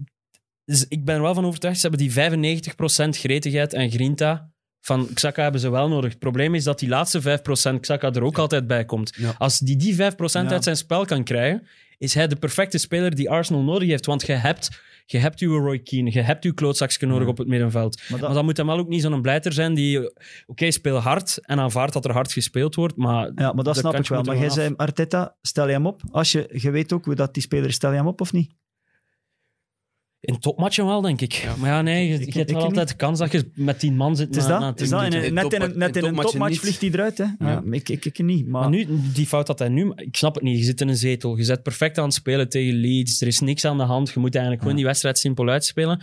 dus ik ben er wel van overtuigd, ze hebben die 95% gretigheid en grinta van Xhaka hebben ze wel nodig. Het probleem is dat die laatste 5% Xhaka er ook altijd bij komt. Ja. Als die 5% uit zijn spel kan krijgen, is hij de perfecte speler die Arsenal nodig heeft. Want je hebt uw Roy Keane, je hebt uw klootzakje nodig op het middenveld. Maar dan moet hij wel ook niet zo'n blijter zijn die... Oké, speel hard en aanvaardt dat er hard gespeeld wordt, maar... Ja, maar dat snap ik wel. Maar jij zei, Arteta, stel je hem op? Als je weet ook hoe dat die speler is, stel je hem op of niet? In topmatchen wel, denk ik. Ja. Maar ja, nee, je hebt wel altijd de kans dat je met 10 man zit. Het is dat. Net in een topmatch vliegt hij eruit. Hè? Ja. Ja, ik niet. Maar nu, die fout dat hij nu... Ik snap het niet. Je zit in een zetel. Je zit perfect aan het spelen tegen Leeds. Er is niks aan de hand. Je moet eigenlijk gewoon die wedstrijd simpel uitspelen.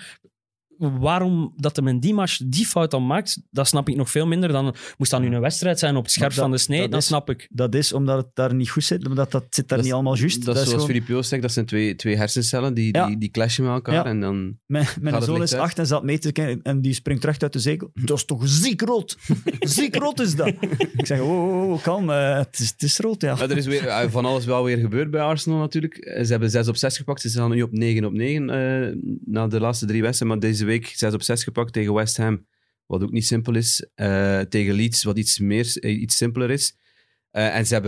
Waarom dat hem in die match die fout dan maakt, dat snap ik nog veel minder dan... Moest dat nu een wedstrijd zijn op het scherp van de snee, dat snap ik. Dat is omdat het daar niet goed zit. Omdat dat zit daar niet allemaal juist. Dat is zoals Filip Joos zegt, dat zijn twee hersencellen die clashen met elkaar. Ja. En dan mijn zoon is 8 en zat mee te kijken en die springt terug uit de zetel. Dat is toch ziek rood? Ziek rood is dat. Ik zeg, kalm, het is rood, ja. Maar er is weer, van alles wel weer gebeurd bij Arsenal natuurlijk. Ze hebben 6 op 6 gepakt. Ze staan nu op 9 op 9 na de laatste 3 wedstrijden. Maar deze week 6 op 6 gepakt tegen West Ham, wat ook niet simpel is. Tegen Leeds, wat iets simpeler is. En ze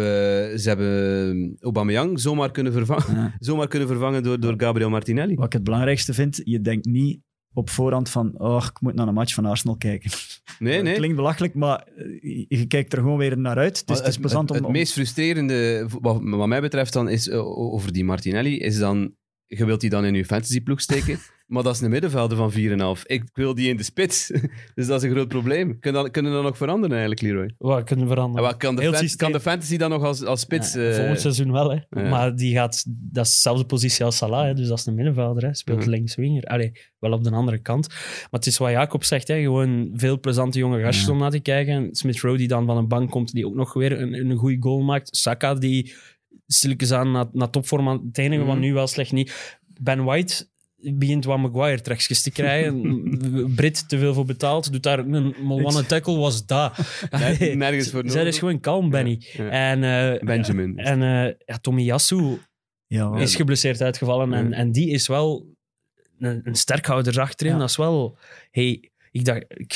hebben Aubameyang zomaar kunnen vervangen door Gabriel Martinelli. Wat ik het belangrijkste vind, je denkt niet op voorhand van ik moet naar een match van Arsenal kijken. Nee. Het klinkt belachelijk, maar je kijkt er gewoon weer naar uit. Het is plezant om... Het meest frustrerende, wat mij betreft dan, is over die Martinelli, is dan... Je wilt die dan in je fantasyploeg steken, maar dat is een middenvelder van 4,5. Ik wil die in de spits. Dus dat is een groot probleem. Kunnen we dat nog veranderen eigenlijk, Leroy? Wat kunnen we veranderen? Kan de fantasy dan nog als spits... volgend seizoen wel, hè. Ja. Maar die gaat... Dat is dezelfde positie als Salah, hè. Dus dat is een middenvelder, hè. Speelt linkswinger. Allee, wel op de andere kant. Maar het is wat Jacob zegt, hè. Gewoon veel plezante jonge gastjes om naar te kijken. Smith Rowe die dan van een bank komt, die ook nog weer een goede goal maakt. Saka die... stilletjes aan naar topvorm aan het enige, wat nu wel slecht niet. Ben White begint wat Maguire-trekjes te krijgen. Brit te veel voor betaald. Doet daar een one tackle, was dat. Nergens voor nodig. Zij is gewoon kalm, Benny. Ja. En, Benjamin. En Tomiyasu is geblesseerd uitgevallen. En die is wel een sterkhouder achterin. Dat is wel... Hey, ik dacht...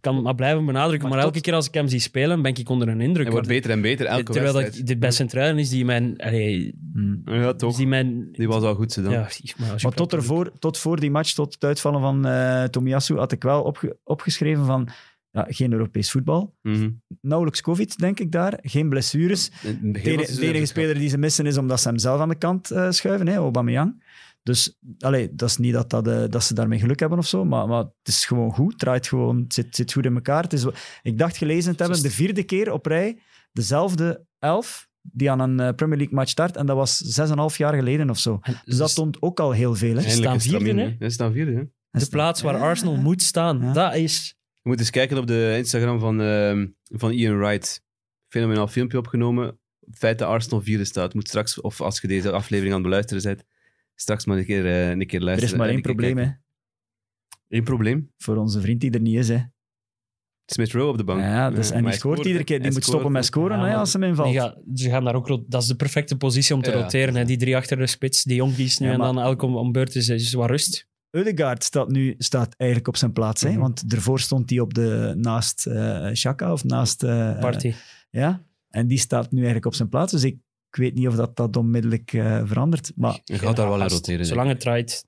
kan maar blijven benadrukken. Maar elke keer als ik hem zie spelen, ben ik onder een indruk. Hij wordt beter en beter elke Terwijl wedstrijd. dat de beste centrale is die mijn... Ja, toch. Die was al goed, zo dan. Ja, maar tot voor die match, tot het uitvallen van Tomiyasu, had ik wel opgeschreven van geen Europees voetbal. Nauwelijks COVID, denk ik daar. Geen blessures. De enige speler die ze missen is omdat ze hem zelf aan de kant schuiven, Aubameyang. Dus dat is niet dat ze daarmee geluk hebben of zo, maar het is gewoon goed. Het draait gewoon, het zit goed in elkaar. Ik dacht gelezen te hebben, de 4e keer op rij, dezelfde 11 die aan een Premier League match start. En dat was 6,5 jaar geleden of zo. Dus dat stond ook al heel veel. Hè? Ze staan vierde, hè? Ze staan vierde, hè? De plaats waar Arsenal moet staan, dat is... Je moet eens kijken op de Instagram van Ian Wright. Fenomenaal filmpje opgenomen. Het feit dat Arsenal vierde staat. Moet straks, of als je deze aflevering aan het beluisteren bent, straks maar een keer luisteren. Er is maar één probleem, hè. Eén probleem? Voor onze vriend die er niet is, hè. Smith Rowe op de bank. Ja, dus, en die scoort iedere keer. Die moet stoppen met scoren als hem invalt. Ze gaan daar ook... Dat is de perfecte positie om te roteren. Hè. Die 3 achter de spits, die jonkies nu en dan elk om beurt is wat rust. Ødegaard staat eigenlijk op zijn plaats. Hè? Want ervoor stond hij naast Xhaka of naast... Partey. Ja, en die staat nu eigenlijk op zijn plaats. Dus ik weet niet of dat onmiddellijk verandert. Maar je gaat daar wel in roteren. Zolang het draait...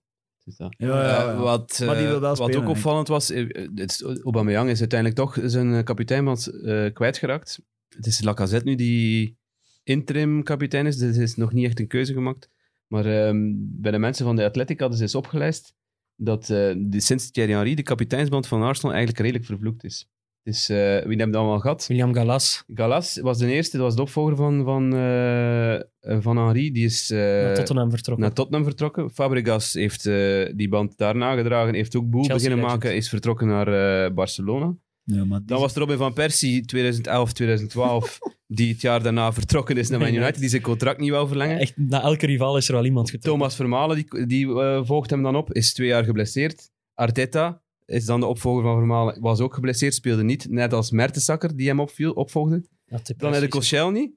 Wat ook opvallend was, Aubameyang is uiteindelijk toch zijn kapiteinband kwijtgeraakt. Het is Lacazette nu die interim kapitein is, dus er is nog niet echt een keuze gemaakt. Maar bij de mensen van de Athletic hadden ze eens opgelijst dat sinds Thierry Henry de kapiteinsband van Arsenal eigenlijk redelijk vervloekt is. Dus wie hebben dat allemaal gehad? William Gallas. Gallas was de eerste, dat was de opvolger van Henry. Die is naar Tottenham vertrokken. Fabregas heeft die band daarna gedragen, heeft ook boel beginnen maken, is vertrokken naar Barcelona. Ja, dan was er Robin van Persie, 2011, 2012, die het jaar daarna vertrokken is naar Man United, die zijn contract niet wou verlengen. Echt, na elke rival is er wel iemand getrokken. Thomas Vermaelen, die volgt hem dan op, is 2 jaar geblesseerd. Arteta is dan de opvolger van Vermaelen, was ook geblesseerd, speelde niet. Net als Mertesacker, die hem opvolgde. Dan heb je Koscielny,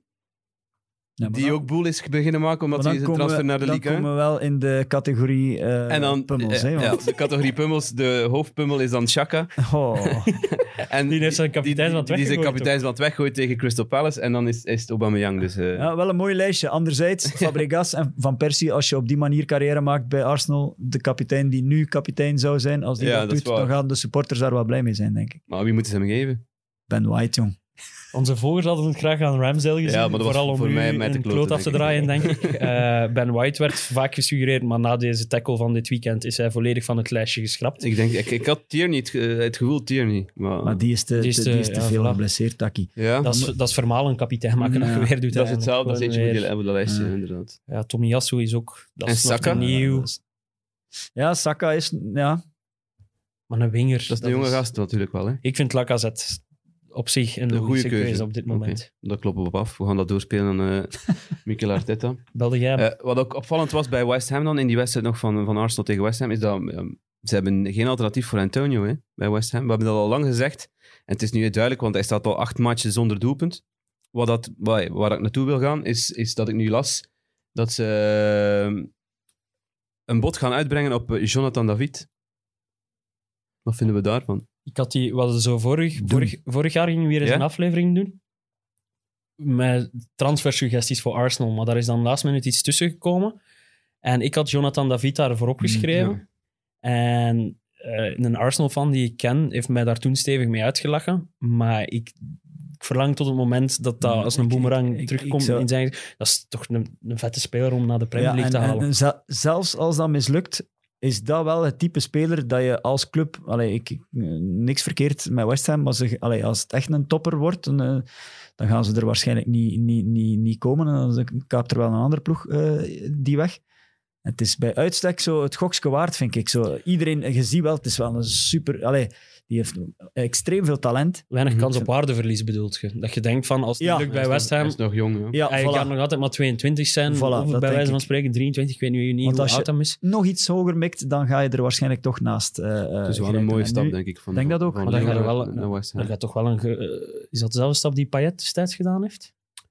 die ook boel is beginnen maken, omdat hij zijn transfer naar de Ligue 1. Dan komen we wel in de categorie pummels. De categorie pummels. De hoofdpummel is dan Xhaka. Oh. En die heeft zijn kapiteinsband weggegooid. Die zijn kapiteinsband weggooit tegen Crystal Palace. En dan is het Aubameyang. Dus, wel een mooi lijstje. Anderzijds, Fabregas en Van Persie, als je op die manier carrière maakt bij Arsenal, de kapitein die nu kapitein zou zijn, als die dat doet, dan gaan de supporters daar wel blij mee zijn, denk ik. Maar wie moeten ze hem geven? Ben White, jong. Onze volgers hadden het graag aan Ramsdale gezien. Ja, maar dat was vooral om voor mij met een kloot af te draaien, denk ik. Ben White werd vaak gesuggereerd, maar na deze tackle van dit weekend is hij volledig van het lijstje geschrapt. Ik had Tierney, het gevoel Tierney. Maar die is te veel geblesseerd, Taki. Ja. Dat is Vermaelen kapitein maken dat je weer doet. Dat is hetzelfde, dat is eentje op dat lijstje, inderdaad. Ja, Tomiyasu is ook... Dat is Saka? nieuw. Ja, Saka is... Ja. Maar een winger... Dat is de jonge gast natuurlijk wel, hè? Ik vind Lacazette op zich een goede keuze op dit moment. Okay, dat kloppen we op af. We gaan dat doorspelen aan Mikel Arteta. Belde jij? Wat ook opvallend was bij West Ham dan, in die wedstrijd nog van Arsenal tegen West Ham, is dat ze hebben geen alternatief voor Antonio hè, bij West Ham. We hebben dat al lang gezegd. En het is nu duidelijk, want hij staat al 8 matchen zonder doelpunt. Waar ik naartoe wil gaan, is dat ik nu las dat ze een bod gaan uitbrengen op Jonathan David. Wat vinden we daarvan? We hadden zo vorig jaar gingen we weer eens een aflevering doen met transfersuggesties voor Arsenal, maar daar is dan last minute iets tussen gekomen. En ik had Jonathan David daarvoor opgeschreven. En een Arsenal-fan die ik ken, heeft mij daar toen stevig mee uitgelachen. Maar ik verlang tot het moment dat als een boomerang terugkomt in zijn... Dat is toch een vette speler om naar de Premier League te halen. En zelfs als dat mislukt, is dat wel het type speler dat je als club... niks verkeerd met West Ham, maar als het echt een topper wordt, dan gaan ze er waarschijnlijk niet komen. Dan kaapt er wel een andere ploeg die weg. Het is bij uitstek zo het gokske waard, vind ik. Iedereen, je ziet wel, het is wel een super... die heeft extreem veel talent. Weinig kans op waardeverlies bedoelt je. Dat je denkt van, als het lukt bij West Ham... Hij is nog jong, hij gaat nog altijd maar 22 zijn. Of bij wijze van spreken 23, ik weet nu niet hoe oud hem is. Nog iets hoger mikt, dan ga je er waarschijnlijk toch naast. Het is wel een mooie stap, denk ik. Denk dat ook. Maar dan gaat toch wel een... Is dat dezelfde stap die Payet destijds gedaan heeft?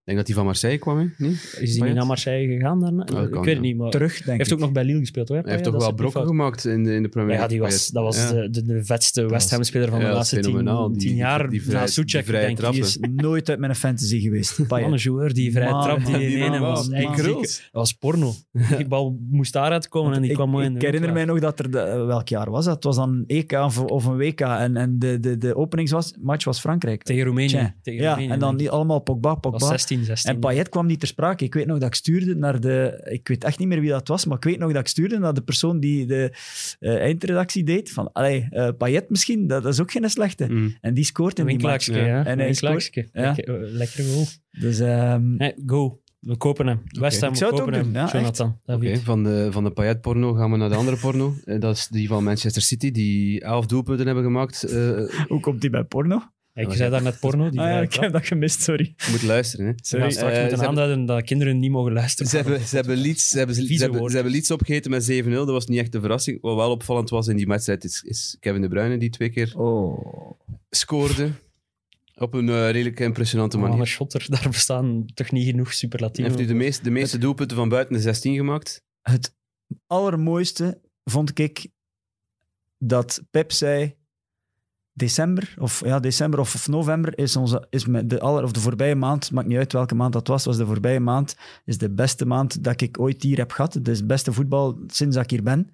Ik denk dat hij van Marseille kwam, hè? Nee? Is hij niet Payet? naar Marseille gegaan daarna? dat ik kan, weet het ja. niet, maar Terug, hij denk heeft ik. ook nog bij Lille gespeeld, hoor. Hij heeft Payet, toch dat wel is niet brokken fout. gemaakt in de Premier Ja, League. dat was de vetste West Ham-speler van de Ja, dat laatste is fenomenaal. 10 Die jaar. vrije- Na die Soucek, vrije denk ik. trappen. Die is nooit uit mijn fantasy geweest. Man, Payet. een joueur, die vrije Man, trap die man, in die ene man, was. man, Echt man. ziek. Kruls. Dat was porno. Die bal moest daaruit komen en die kwam mooi in de Ik herinner mij winkel. nog dat welk jaar was dat? Het was dan EK of een WK en de openingsmatch was Frankrijk. Tegen Roemenië. Tja. Tegen Ja, Roemenië, en dan denk niet ik. allemaal Pogba. Dat was 16. En Payet kwam niet ter sprake. Ik weet nog dat ik stuurde naar ik weet echt niet meer wie dat was, maar ik weet nog dat ik stuurde naar de persoon die de eindredactie deed. Van, Payet misschien, dat is ook geen slechte. Mm. En die scoort Een in die match. winkelakje, ja. En Een hij winkelakje. Ja. Lekker goal. Dus Nee, go. We kopen hem. West Ham, Ik we zou het kopen ook hem. doen, ja, Jonathan, Oké, David. van de Payet-porno gaan we naar de andere porno. Dat is die van Manchester City, die 11 doelpunten hebben gemaakt. hoe komt die bij porno? Ja, ik zei daar net porno, die vrije Ik trap. heb dat gemist, sorry. Je moet luisteren, hè. Ze gaan straks Ze moeten hebben- aanduiden dat kinderen niet mogen luisteren. Ze hebben Leeds opgegeten met 7-0. Dat was niet echt een verrassing. Wat wel opvallend was in die wedstrijd is Kevin De Bruyne, die 2 keer Oh. scoorde. Op een redelijk impressionante Maar manier. een shotter, daar bestaan toch niet genoeg Hij superlatieven. heeft nu de meeste doelpunten van buiten de 16 gemaakt. Het allermooiste vond ik dat Pep zei december of november is met de voorbije maand, maakt niet uit welke maand dat was de voorbije maand, is de beste maand dat ik ooit hier heb gehad. Het is het beste voetbal sinds dat ik hier ben.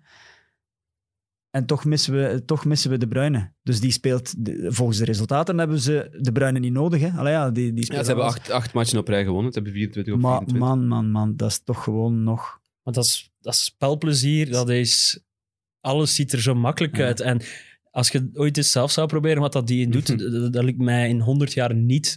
En toch missen we De Bruyne. Dus die speelt, volgens de resultaten hebben ze De Bruyne niet nodig. Hè? Allee, ja, die Ja, spelen ze hebben als- 8 matchen op rij gewonnen. Ze hebben 24 op Maar 24. man, dat is toch gewoon nog... Maar dat is spelplezier, dat is... Alles ziet er zo makkelijk Ja. uit. En als je ooit eens zelf zou proberen wat dat die doet, dat lukt mij in 100 jaar niet.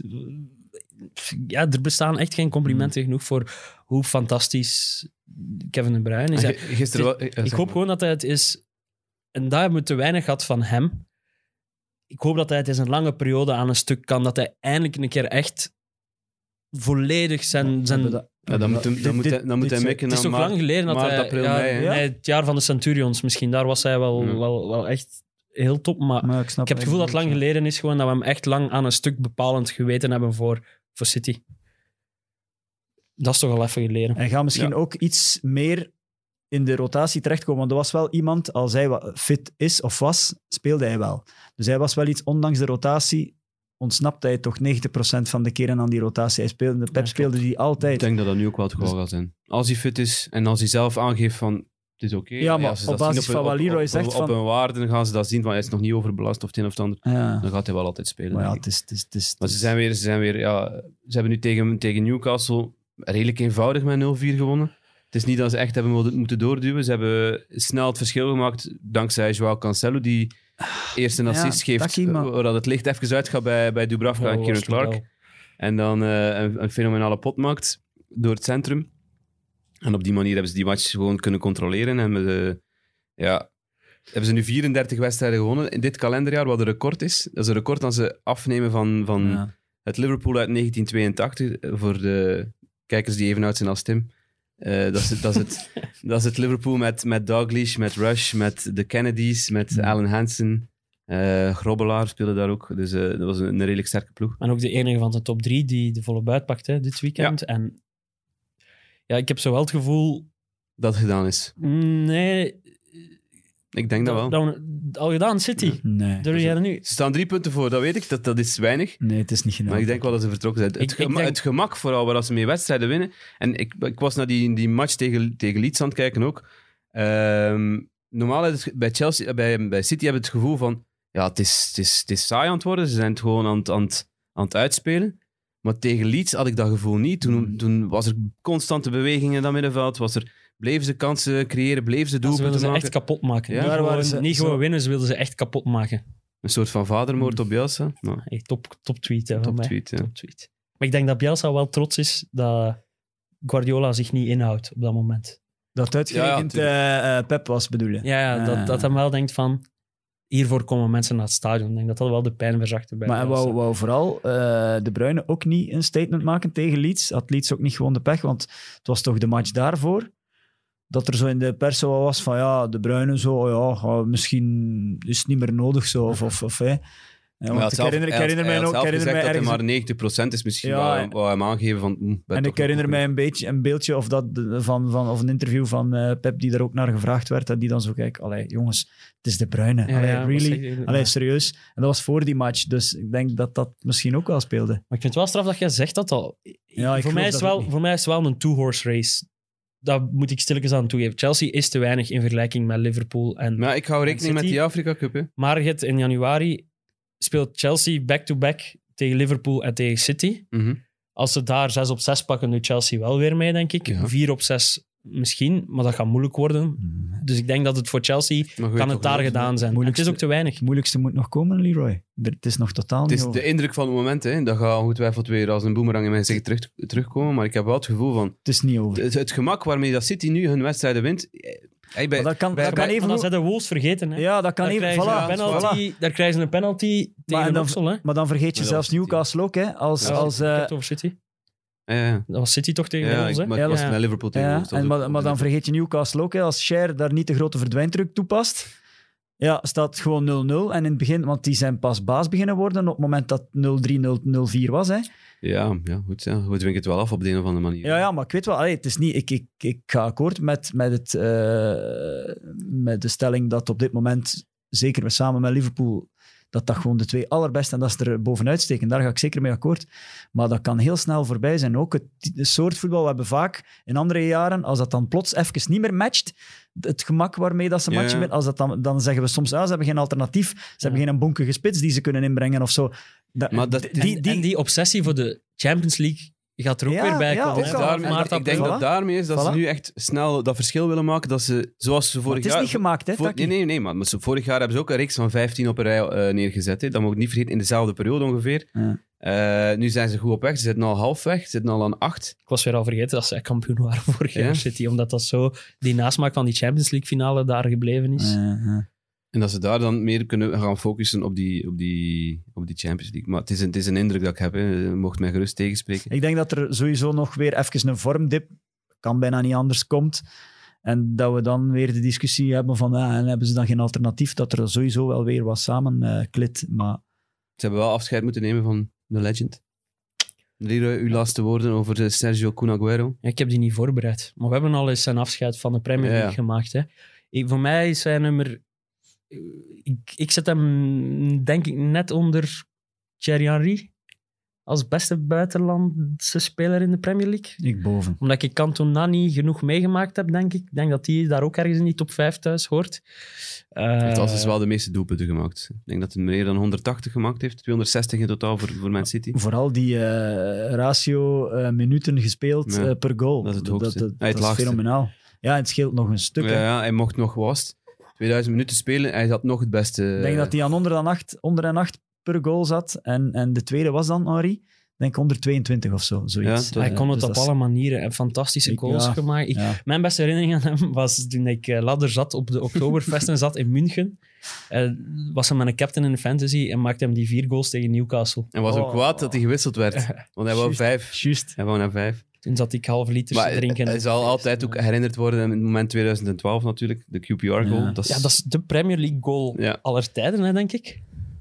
Ja, er bestaan echt geen complimenten genoeg voor hoe fantastisch Kevin De Bruyne is. Gisteren Ik hoop gewoon dat hij het is... En daar hebben we te weinig gehad van hem. Ik hoop dat hij het eens een lange periode aan een stuk kan. Dat hij eindelijk een keer echt volledig zijn... Ja, dan moet hij mikken Het is naar toch lang geleden dat maart, hij... april, ja, mei, hè? nee, het jaar van de Centurions misschien. Daar was hij wel echt heel top. Maar Maar ik heb het gevoel dat het lang geleden is gewoon dat we hem echt lang aan een stuk bepalend geweten hebben voor City. Dat is toch al even geleden. Hij gaat misschien ook iets meer in de rotatie terechtkomen. Want er was wel iemand, als hij fit is of was, speelde hij wel. Dus hij was wel iets, ondanks de rotatie, ontsnapte hij toch 90% van de keren aan die rotatie. Pep speelde die Ik altijd. denk dat dat nu ook wel het geval gaat zijn. Als hij fit is en als hij zelf aangeeft van het is oké. Ja, maar als ze op dat zien basis van wat Leroy zegt op van- een waarde gaan ze dat zien van hij is nog niet overbelast of het een of het ander. Ja. Dan gaat hij wel altijd spelen. Maar ja, denk ik. het is... Maar ze zijn weer ze hebben nu tegen Newcastle redelijk eenvoudig met 0-4 gewonnen. Het is niet dat ze echt hebben moeten doorduwen. Ze hebben snel het verschil gemaakt dankzij Joao Cancelo, die eerst een assist geeft, Taki, maar- waar dat het licht even uitgaat bij Dubravka en Kieran Clark. En dan een fenomenale pot maakt door het centrum. En op die manier hebben ze die match gewoon kunnen controleren. En hebben ze nu 34 wedstrijden gewonnen in dit kalenderjaar, wat een record is. Dat is een record dat ze afnemen van Ja. het Liverpool uit 1982. Voor de kijkers die even oud zijn als Tim. Dat is het Liverpool met Dalglish, met Rush, met de Kennedys, met Alan Hansen. Grobbelaar speelde daar ook. Dus dat was een redelijk sterke ploeg. En ook de enige van de top 3 die de volle buit pakt dit weekend. Ja. En ja, ik heb zo wel het gevoel... Dat het gedaan is. Nee... Ik denk dat wel. Al gedaan, City. Nee. Durf jij er nu? Ze staan 3 punten voor, dat weet ik. Dat is weinig. Nee, het is niet gedaan. Maar ik denk wel dat ze vertrokken zijn. Ik denk- Het gemak vooral, waar ze mee wedstrijden winnen. En ik was naar die match tegen Leeds aan het kijken ook. Normaal bij Chelsea, bij City hebben we het gevoel van ja, het is saai aan het worden. Ze zijn het gewoon aan het uitspelen. Maar tegen Leeds had ik dat gevoel niet. Toen was er constante beweging in dat middenveld. Bleven ze kansen creëren, bleven ze Ze doelpunten wilden ze maken. echt kapot maken. Ja, Niet daar waren gewoon, ze- niet zo- gewoon winnen, ze wilden ze echt kapot maken. Een soort van vadermoord op Bielsa. Nou, Hey, top tweet hè, van top mij. tweet, ja. Top tweet. Maar ik denk dat Bielsa wel trots is dat Guardiola zich niet inhoudt op dat moment. Dat uitgerekend Pep was, bedoel je? Ja, dat hij wel denkt van... Hiervoor komen mensen naar het stadion. Ik denk dat dat wel de pijn verzachte bij Maar hij Bielsa. wou vooral De Bruyne ook niet een statement maken tegen Leeds. Had Leeds ook niet gewoon de pech, want het was toch de match daarvoor dat er zo in de pers zo was van ja, De Bruyne zo, misschien is het niet meer nodig zo. Hè. Ja, Maar want hij had ik herinner mij zelf gezegd dat hij ergens... maar 90% is misschien Ja, wat hem aangeven van... En ik herinner mij een beeldje of een interview van Pep die daar ook naar gevraagd werd. En die dan zo kijkt, allee jongens, het is De Bruyne. Allee, serieus. En dat was voor die match. Dus ik denk dat dat misschien ook wel speelde. Maar ik vind het wel straf dat jij zegt dat al. Ja, voor mij is het wel een two-horse race. Dat moet ik stilletjes aan toegeven. Chelsea is te weinig in vergelijking met Liverpool en Maar ik hou rekening met City. die Afrika Cup. Hè. Maar in januari speelt Chelsea back-to-back tegen Liverpool en tegen City. Mhm. Als ze daar 6 op 6 pakken, doet Chelsea wel weer mee, denk ik. Ja. 4 op 6 misschien, maar dat gaat moeilijk worden. Dus ik denk dat het voor Chelsea Maar goed, kan toch het daar wel. gedaan zijn. En het is ook te weinig. Het moeilijkste moet nog komen, Leroy. Het is nog totaal Het niet is over. de indruk van het moment. Hè. Dat gaat ongetwijfeld weer als een boemerang in mijn gezicht terugkomen. Maar ik heb wel het gevoel van... Het is niet over. Het gemak waarmee dat City nu hun wedstrijden wint... Maar dat kan even... Maar dan zijn de Wolves vergeten. Hè. Ja, dat kan Daar even... krijgen ze Voilà, een penalty, voilà. daar krijgen ze een penalty tegen en een dan- Oxel. Hè. Maar dan vergeet je Maar dat zelfs was City. Newcastle ook, hè. Als, Ik heb het over City. Ja. Dat was City toch tegen Ja, Wolves, hè? maar het was Ja. met Liverpool tegen ja, Wolves, dat was ook- maar dan vergeet je Newcastle ook, hè. Als Cher daar niet de grote verdwijndruk toepast, ja, staat het gewoon 0-0. En in het begin, want die zijn pas baas beginnen worden op het moment dat 0-3, 0-4 was, hè. Ja, goed. Ja. We dwingen het wel af op de een of andere manier. Ja, maar ik weet wel, allee, het is niet, ik ga akkoord met de stelling dat op dit moment, zeker samen met Liverpool, dat gewoon de twee allerbeste en dat ze er bovenuit steken. Daar ga ik zeker mee akkoord. Maar dat kan heel snel voorbij zijn. Ook het soort voetbal, we hebben vaak in andere jaren, als dat dan plots even niet meer matcht, het gemak waarmee dat ze Ja. matchen, als dat dan zeggen we soms, ze hebben geen alternatief, ze hebben geen bonkige spits die ze kunnen inbrengen of zo. Maar dat- En die obsessie voor de Champions League gaat er ook Ja, weer bij ja, komen. ook hè. al. Daarmee- Maart, ik denk april. dat daarmee is dat ze Voilà. nu echt snel dat verschil willen maken. Dat ze, zoals ze Maar vorig het is jaar... niet gemaakt, hè, Taki? Nee, maar vorig jaar hebben ze ook een reeks van 15 op een rij neergezet. Hè. Dat moet ik niet vergeten, in dezelfde periode ongeveer. Ja. Nu zijn ze goed op weg. Ze zitten al halfweg. Ze zitten al aan 8. Ik was weer al vergeten dat zij kampioen waren vorig Ja. jaar City, omdat dat zo die nasmaak van die Champions League finale daar gebleven is. En dat ze daar dan meer kunnen gaan focussen op die Champions League. Maar het is een indruk dat ik heb. Hè. Je mocht mij gerust tegenspreken. Ik denk dat er sowieso nog weer even een vormdip, kan bijna niet anders, komt. En dat we dan weer de discussie hebben van, en hebben ze dan geen alternatief, dat er sowieso wel weer wat samen klit. Maar Ze hebben wel afscheid moeten nemen van de legend. Leroy, uw laatste woorden over Sergio Kun Aguero. Ja, ik heb die niet voorbereid. Maar we hebben al eens zijn afscheid van de Premier League Ja. gemaakt. Hè. Voor mij is zijn nummer... Ik zet hem, denk ik, net onder Thierry Henry als beste buitenlandse speler in de Premier League. ik boven. Omdat ik Cantona niet genoeg meegemaakt heb, denk ik. Ik denk dat hij daar ook ergens in die top 5 thuis hoort. Hij heeft al dus wel de meeste doelpunten gemaakt. Ik denk dat hij meer dan 180 gemaakt heeft. 260 in totaal voor Man City. Vooral die ratio minuten gespeeld Ja, per goal. dat is het hoogste. Dat Het is laagste. fenomenaal. Ja, het scheelt nog een stuk. hè. Ja, hij mocht nog was. 2000 minuten spelen. Hij had nog het beste. Ik denk dat hij aan onder en 8 per goal zat. En de tweede was dan Henry. Ik denk 122 of zo. Zoiets. Ja, Hij kon het Dus op dat is- alle manieren. En fantastische goals ja, gemaakt. ja. Mijn beste herinnering aan hem was toen ik ladder zat op de Oktoberfesten zat in München. Was hij met een captain in de fantasy en maakte hem die 4 goals tegen Newcastle. En was ook Oh. kwaad dat hij gewisseld werd. Want hij wou Juist. 5. Juist. Hij wou naar 5. Toen zat ik halve liters Maar te drinken. hij zal altijd ook herinnerd worden in het moment 2012 natuurlijk. De QPR-goal. Ja. Ja, dat is de Premier League goal Ja. aller tijden, hè, denk ik.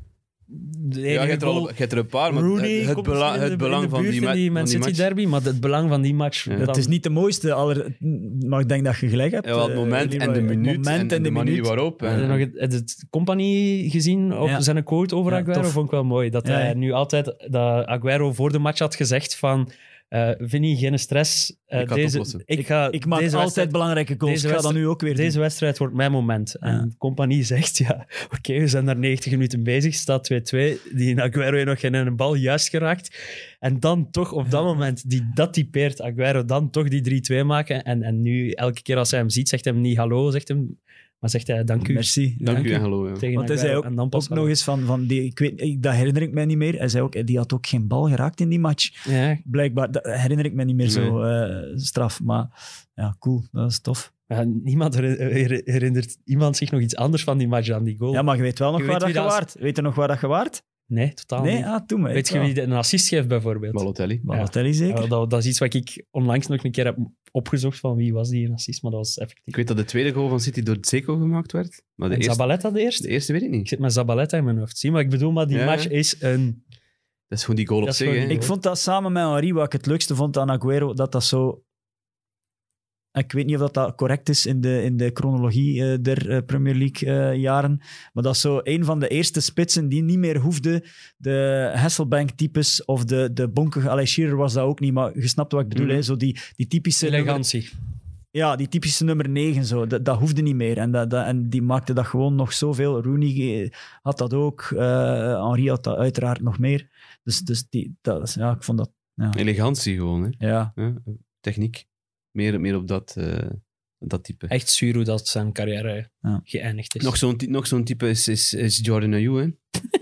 De Ja, enige je hebt goal... er een paar, maar Rooney het komt belang, misschien in het de belang van buurt die, in die van Man die City match. derby, maar het belang van die match... Ja. dan- Het is niet de mooiste, maar ik denk dat je gelijk hebt. Ja, wel het moment Leroy. en de Het minuut moment en de manier minuut. waarop. Heb je nog het Company gezien op Ja. zijn quote over Ja, Aguero? tof. Vond ik wel mooi. Dat Ja, hij ja. nu altijd, dat Aguero voor de match had gezegd van Vinny, geen stress. Ik ga het oplossen. ik ga Ik maak deze altijd wedstrijd- belangrijke goals. deze Ik ga dat nu ook weer Deze doen. wedstrijd wordt mijn moment. Ja. En Compagnie zegt, ja, oké, we zijn daar 90 minuten bezig, staat 2-2. Die Aguero heeft nog geen een bal juist geraakt. En dan toch op dat moment, dat typeert Aguero, dan toch die 3-2 maken. En nu, elke keer als hij hem ziet, zegt hij hem niet hallo, zegt hem, maar zegt hij dank u. Merci. Dank u en hallo. Ja. Tegen Want hij Aguero. zei ook, En dan pas ook hallo. nog eens van die, dat herinner ik mij niet meer. Hij zei ook, die had ook geen bal geraakt in die match. Ja, Blijkbaar, dat herinner ik me niet meer zo straf. Maar ja, cool, dat is tof. ja, niemand herinnert iemand zich nog iets anders van die match dan die goal. Ja, maar je weet wel nog Je waar weet dat je wie dat is. waart. Weet je nog waar dat je waart? Nee, totaal Nee, niet. toen maar. Weet je wie een assist geeft, bijvoorbeeld? Balotelli. Balotelli zeker? Ja, dat is iets wat ik onlangs nog een keer heb opgezocht van wie was die een assist, maar dat was effectief. Ik weet dat de tweede goal van City door Dzeko gemaakt werd. Maar de En eerste, Zabaleta de eerste? de eerste weet ik Ik niet. zit met Zabaleta in mijn hoofd. Zie, maar ik bedoel, maar die Ja. match is een... Dat is gewoon die goal op Dat is zich. gewoon- hè. Ik vond dat samen met Henry, wat ik het leukste vond aan Aguero, dat zo... Ik weet niet of dat correct is in de chronologie der Premier League jaren, maar dat is zo een van de eerste spitsen die niet meer hoefde de Hasselbank-types of de bonkige... Allee, Shearer was dat ook niet, maar je snapt wat ik bedoel. Mhm. Hè? Zo die typische... Elegantie. Die typische nummer 9, zo. Dat hoefde niet meer. En die maakte dat gewoon nog zoveel. Rooney had dat ook. Henry had dat uiteraard nog meer. Dus ik vond dat... Ja. Elegantie gewoon. Hè. Ja. Ja, techniek. Meer op dat type. Echt zuur hoe dat zijn carrière Ja. geëindigd is. Nog zo'n type is Jordan Ayew. Hè.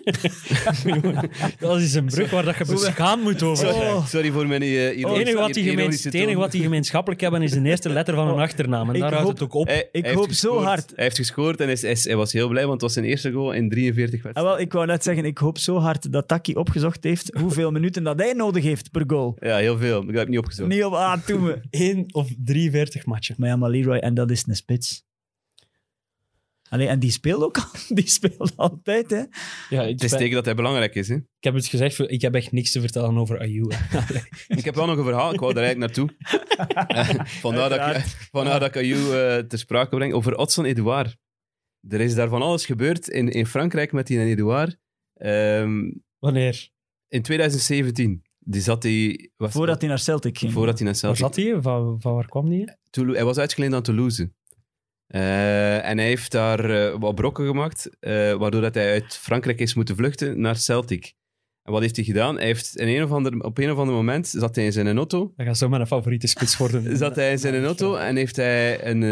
Dat is een brug waar dat je beschaamd moet over zijn. Oh. Sorry voor mijn Het enige wat die gemeenschappelijk hebben is de eerste letter van hun achternaam. En Ik daar houdt hoop- het ook op. Ik hoop zo hard. Hij heeft gescoord en hij was heel blij, want het was zijn eerste goal in 43 Ah, wedstrijden. wel, ik wou net zeggen, ik hoop zo hard dat Taki opgezocht heeft hoeveel minuten dat hij nodig heeft per goal. Ja, heel veel. Ik heb het niet opgezocht. Niet op toen we. 1 of 43 matchen. Maar ja, maar Leroy, en dat is een spits. Allee, en die speelt ook al. Die speelt altijd, hè. Ja, Het is teken dat hij belangrijk is. Hè. ik heb het gezegd, ik heb echt niks te vertellen over Ayew. Ik heb wel nog een verhaal, ik wou daar eigenlijk naartoe. Vandaar dat ik Ayew ter sprake breng. Over Odson Edouard. Er is daar van alles gebeurd in Frankrijk met die Edouard. Wanneer? In 2017. Die zat hij... Voordat hij naar Celtic ging. Voordat hij naar Waar Celtic... zat hij? Van waar kwam hij? Hij was uitgeleend aan Toulouse. En hij heeft daar wat brokken gemaakt, waardoor dat hij uit Frankrijk is moeten vluchten naar Celtic. En wat heeft hij gedaan? Hij heeft op een of ander moment zat hij in zijn auto. Dat gaat zo mijn favoriete spits worden. Zat hij in zijn auto en heeft hij een,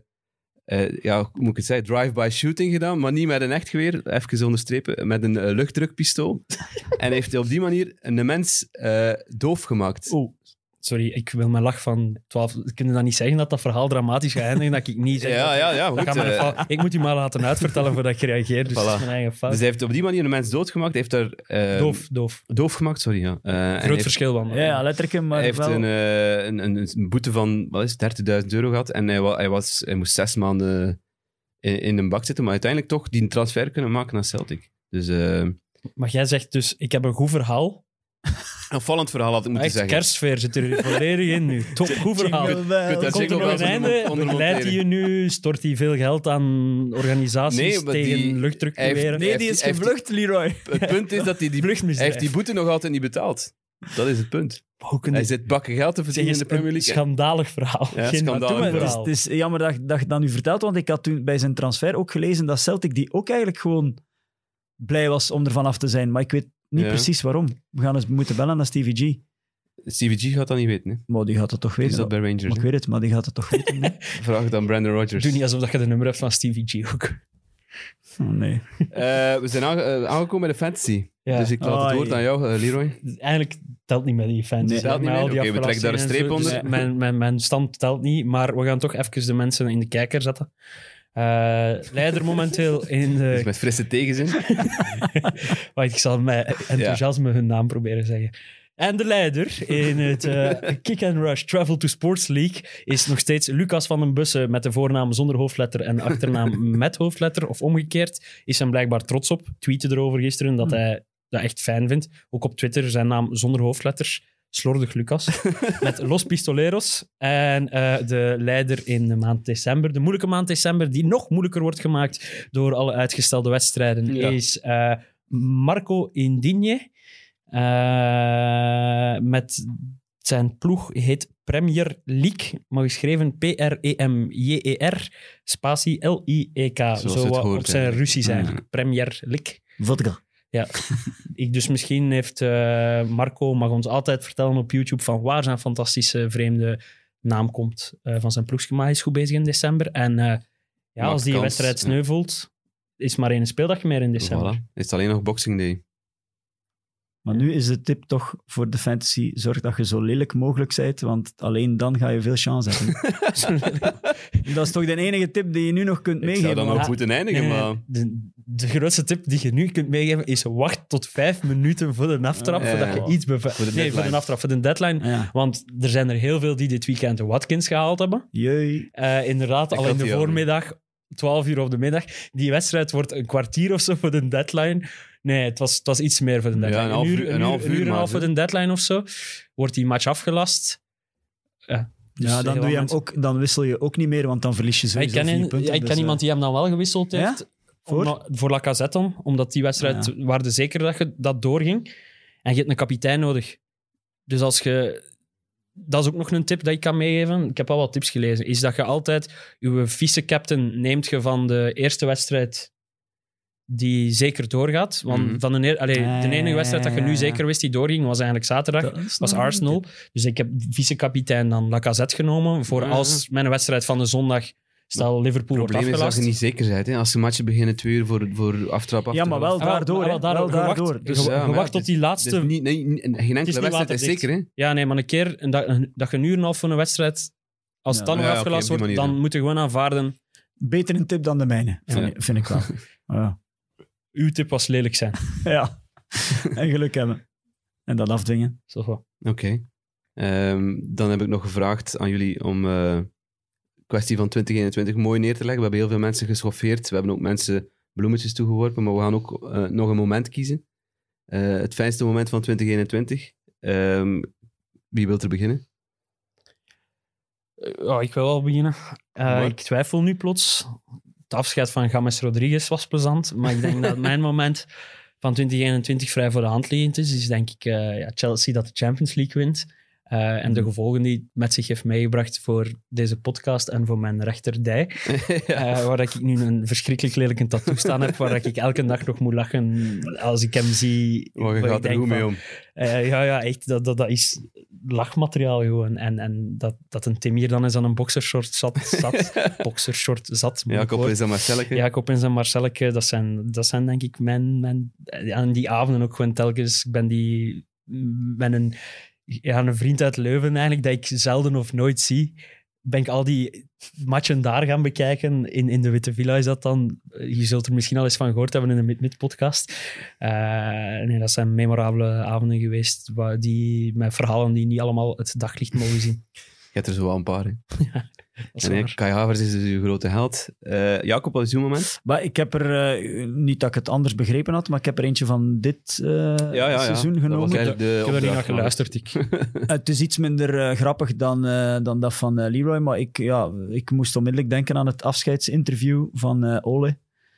hoe moet ik het zeggen, drive-by shooting gedaan, maar niet met een echt geweer, even onderstrepen, met een luchtdrukpistool. En heeft hij op die manier een mens doof gemaakt. Oeh, sorry, ik wil mijn lach van 12... Kun je dat niet zeggen dat dat verhaal dramatisch gaat eindigen? Dat ik niet zeg... Ja, dat goed. gaat mijn fout. Ik moet u maar laten uitvertellen voordat ik reageer. Dus dat is Voilà. mijn eigen fout. Dus hij heeft op die manier een mens doodgemaakt. Hij heeft daar... Doof. Doof gemaakt, sorry. Ja. En hij Groot heeft- verschil van. Ja, letterlijk, maar Hij heeft wel... een boete van wat is het, €30.000 gehad en hij moest 6 maanden in een bak zitten, maar uiteindelijk toch die transfer kunnen maken naar Celtic. Dus Maar jij zegt dus, ik heb een goed verhaal. een opvallend verhaal had ik moeten Echt, zeggen. kerstsfeer zit er volledig in nu. Top, goed verhaal. Jingle bells. daar Komt er jingle nog een bells einde? onder Begeleidt hij je nu? Stort hij veel geld aan organisaties Nee, maar tegen hij luchtdrukgeweren? heeft- Nee, die is Hij heeft- gevlucht, Leroy. Het punt is dat hij hij Vluchtmisdrijf. heeft die boete nog altijd niet betaald. Dat is het punt. Hoe kun je- Hij zit bakken geld te Zeg verdienen in eens, de Premier een League. schandalig verhaal. Ja, Geen schandalig natuurlijk verhaal. Het is jammer dat je dat nu vertelt, want ik had toen bij zijn transfer ook gelezen dat Celtic die ook eigenlijk gewoon blij was om ervan af te zijn. Maar ik weet niet Ja. precies waarom. We gaan eens moeten bellen naar Stevie G. Stevie G gaat dat niet weten. Hè. Maar die gaat het toch Die weten. is dat bij Rangers. Maar ik hè. weet het, maar die gaat het toch weten. Nee? Vraag het aan Brandon Rodgers. Doe niet alsof je de nummer hebt van Stevie G ook. Oh, nee. We zijn aangekomen bij de fantasy. Ja. Dus ik laat het Oh, woord ja. aan jou, Leroy. Eigenlijk telt niet met die fans. Nee, telt niet Met mee? al die Oké, we trekken daar een streep afgelastingen en zo, onder. Dus mijn stand telt niet, maar we gaan toch even de mensen in de kijker zetten. Leider momenteel in de... Dus met frisse tegenzin. Wacht, ik zal met enthousiasme hun naam proberen zeggen. En de leider in het Kick and Rush Travel to Sports League is nog steeds Lucas van den Bussen met de voornaam zonder hoofdletter en achternaam met hoofdletter, of omgekeerd. Is hem blijkbaar trots op. Tweette erover gisteren dat hij dat echt fijn vindt. Ook op Twitter zijn naam zonder hoofdletters. Slordig Lucas. Met Los Pistoleros. En de leider in de maand december, de moeilijke maand december, die nog moeilijker wordt gemaakt door alle uitgestelde wedstrijden, Ja. is Marco Indigne. Met zijn ploeg heet Premier League, maar geschreven Premjer, spatie Liek. Zoals Zo het wat hoort, op zijn eigenlijk. Russisch eigenlijk. Premier League. Vodka. Ja, misschien heeft Marco, mag ons altijd vertellen op YouTube van waar zijn fantastische vreemde naam komt van zijn ploegje. Maar hij is goed bezig in december. En als die kans, wedstrijd ja. sneuvelt, is maar één speeldag meer in december. Voilà. Is het alleen nog Boxing Day. Maar nu is de tip toch voor de fantasy, zorg dat je zo lelijk mogelijk bent, want alleen dan ga je veel chance hebben. Dat is toch de enige tip die je nu nog kunt Ik meegeven. zou dan ook Ja. moeten eindigen, maar... De grootste tip die je nu kunt meegeven is wacht tot 5 minuten voor de aftrap Ja, voordat ja. je iets Voor de Nee, voor deadline. de aftrap, voor de deadline. Ja. Want er zijn er heel veel die dit weekend de Watkins gehaald hebben. Jee. Inderdaad, Ik al had in de die al voormiddag, 12 uur op de middag. Die wedstrijd wordt een kwartier of zo voor de deadline. Nee, het was iets meer voor de deadline. Ja, een half uur een uur en een maar, half voor hè. de deadline of zo. Wordt die match afgelast. Dus Ja, dan, heel doe je hem mensen- ook, dan wissel je ook niet meer, want dan verlies je Ik sowieso ken, 4 punten. ik dus, ken iemand die hem dan wel gewisseld Ja? heeft. Voor? Voor Lacazette dan, omdat die wedstrijd waarde zeker dat je dat doorging. En je hebt een kapitein nodig. Dus als je... Dat is ook nog een tip dat ik kan meegeven. Ik heb al wat tips gelezen. Is dat je altijd je vice-captain neemt je van de eerste wedstrijd die zeker doorgaat. Want van de enige wedstrijd dat je nu zeker wist die doorging, was eigenlijk zaterdag. Dat is Was nog een Arsenal. tip. Dus ik heb vice-kapitein dan Lacazette genomen. Voor als mijn wedstrijd van de zondag, stel Liverpool Het wordt probleem is dat afgelast. je niet zeker bent. Hè? Als de matchen beginnen 2 uur voor aftrap af Ja, te maar gaan. wel daardoor. hè. Wel daardoor. Dus Ja, je maar wacht ja, tot die laatste... Dus niet, geen enkele niet wedstrijd is waterdicht. zeker, hè? Ja, nee, maar een keer dat je een uur en een half voor een wedstrijd... Als het dan nog Ja, afgelast oké, op die wordt, dan manier, moet je gewoon aanvaarden. Beter een tip dan de mijne, vind ik wel. Ja. Uw tip was lelijk zijn. Ja. En geluk hebben. En dat afdwingen. Zo wat. Oké. Dan heb ik nog gevraagd aan jullie om kwestie van 2021 mooi neer te leggen. We hebben heel veel mensen geschoffeerd. We hebben ook mensen bloemetjes toegeworpen, maar we gaan ook nog een moment kiezen. Het fijnste moment van 2021. Wie wil er beginnen? Ik wil wel beginnen. Maar- Ik twijfel nu plots. Het afscheid van James Rodriguez was plezant, maar ik denk dat mijn moment van 2021 vrij voor de hand liggend is. Is denk ik Chelsea dat de Champions League wint. En de gevolgen die het met zich heeft meegebracht voor deze podcast en voor mijn rechterdij. Waar ik nu een verschrikkelijk lelijke tattoo staan heb, waar ik elke dag nog moet lachen als ik hem zie. Maar je waar ik gaat er denk goed mee van, om. ja, echt. Dat is lachmateriaal gewoon. En dat een Tim hier dan is aan een boxershort zat. Boxershort zat. Jacob is en Marcelleke. Jacob en zijn Marcelleke, dat zijn denk ik mijn... Aan die avonden ook gewoon telkens... Ik ben een vriend uit Leuven eigenlijk, dat ik zelden of nooit zie. Ben ik al die matchen daar gaan bekijken. In de Witte Villa is dat dan. Je zult er misschien al eens van gehoord hebben in de Mid-podcast. Nee, dat zijn memorabele avonden geweest met verhalen die niet allemaal het daglicht mogen zien. Je hebt er zo wel een paar. Hè. Dat is En waar. Kai Havertz is dus uw grote held. Jacob, wat is uw moment? Maar ik heb er, niet dat ik het anders begrepen had, maar ik heb er eentje van dit seizoen Dat was genomen. eigenlijk de Ik heb er niet naar opdracht van- geluisterd. Het is iets minder grappig dan dat van Leroy, maar ik moest onmiddellijk denken aan het afscheidsinterview van Ole.